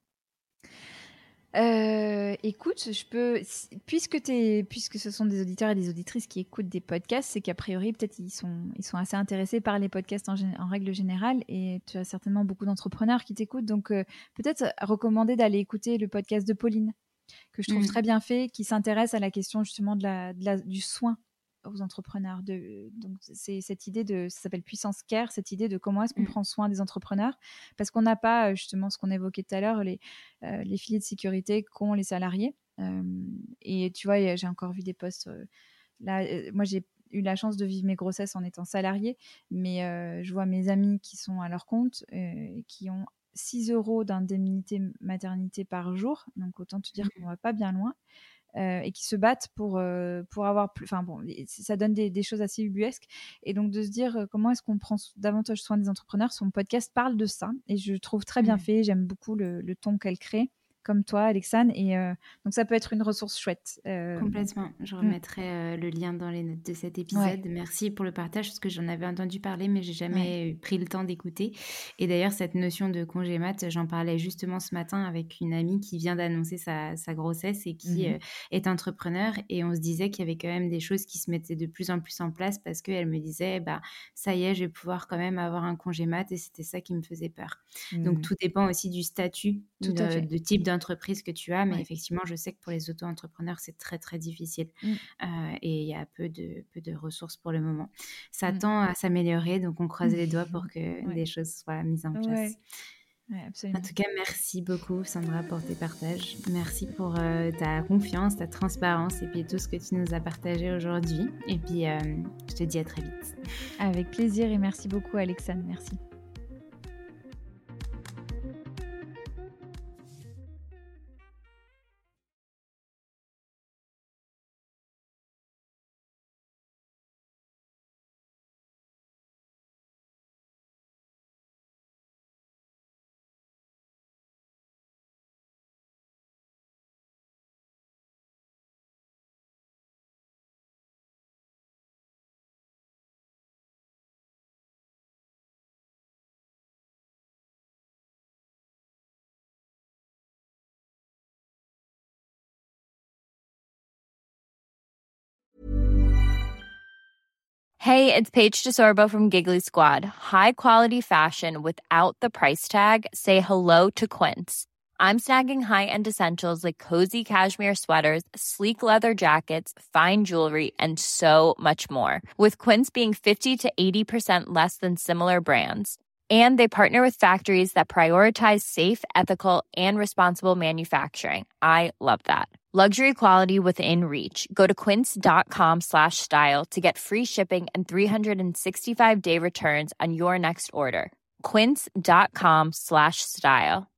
S6: Écoute, puisque ce sont des auditeurs et des auditrices qui écoutent des podcasts, c'est qu'a priori, peut-être ils sont assez intéressés par les podcasts en règle générale, et tu as certainement beaucoup d'entrepreneurs qui t'écoutent, donc peut-être recommander d'aller écouter le podcast de Pauline, que je trouve
S7: Mmh.
S6: très bien fait, qui s'intéresse à la question justement du soin aux entrepreneurs. Donc c'est cette idée ça s'appelle Puissance Care, cette idée de comment est-ce qu'on
S7: Mmh.
S6: prend soin des entrepreneurs, parce qu'on n'a pas justement ce qu'on évoquait tout à l'heure, les filets de sécurité qu'ont les salariés. Et tu vois, j'ai encore vu des posts là. Moi, j'ai eu la chance de vivre mes grossesses en étant salariée, mais je vois mes amis qui sont à leur compte, qui ont 6 euros d'indemnité maternité par jour, donc autant te dire qu'on
S7: Mmh.
S6: va pas bien loin, et qui se battent pour avoir plus. Enfin bon, ça donne des choses assez ubuesques. Et donc de se dire comment est-ce qu'on prend davantage soin des entrepreneurs, son podcast parle de ça, et je trouve très bien
S7: Mmh.
S6: fait. J'aime beaucoup le ton qu'elle crée, comme toi, Alexane, et donc ça peut être une ressource chouette.
S7: Complètement. Je
S6: Mm,
S7: remettrai, le lien dans les notes de cet
S6: ouais,
S7: épisode. Merci pour le partage, parce que j'en avais entendu parler, mais j'ai
S6: ouais.
S7: jamais pris le temps d'écouter. Et d'ailleurs, cette notion de congé mat, j'en parlais justement ce matin avec une amie qui vient d'annoncer sa grossesse et qui,
S6: Mhm.
S7: est entrepreneur, et on se disait qu'il y avait quand même des choses qui se mettaient de plus en plus en place, parce qu'elle me disait: «Bah, ça y est, je vais pouvoir quand même avoir un congé mat», et c'était ça qui me faisait peur. Donc
S6: Mm,
S7: tout dépend aussi du statut
S6: tout à fait.
S7: de type d'entreprise que tu as, mais
S6: Ouais.
S7: effectivement, je sais que pour les auto-entrepreneurs, c'est très, très difficile,
S6: Mm,
S7: et il y a peu de ressources pour le moment. Ça
S6: mm.
S7: tend à s'améliorer, donc on croise les doigts pour que
S6: Ouais,
S7: des choses soient mises en place.
S6: ouais, ouais,
S7: En
S6: absolument.
S7: tout cas, merci beaucoup Sandra pour tes partages. Merci pour, ta confiance, ta transparence, et puis tout ce que tu nous as partagé aujourd'hui, et puis, je te dis à très vite.
S6: Avec plaisir, et merci beaucoup, Alexane. Merci.
S8: Hey, it's Paige DeSorbo from Giggly Squad. High quality fashion without the price tag. Say hello to Quince. I'm snagging high-end essentials like cozy cashmere sweaters, sleek leather jackets, fine jewelry, and so much more. With Quince being 50 to 80% less than similar brands. And they partner with factories that prioritize safe, ethical, and responsible manufacturing. I love that. Luxury quality within reach. Go to quince.com/style to get free shipping and 365-day returns on your next order. Quince.com/style.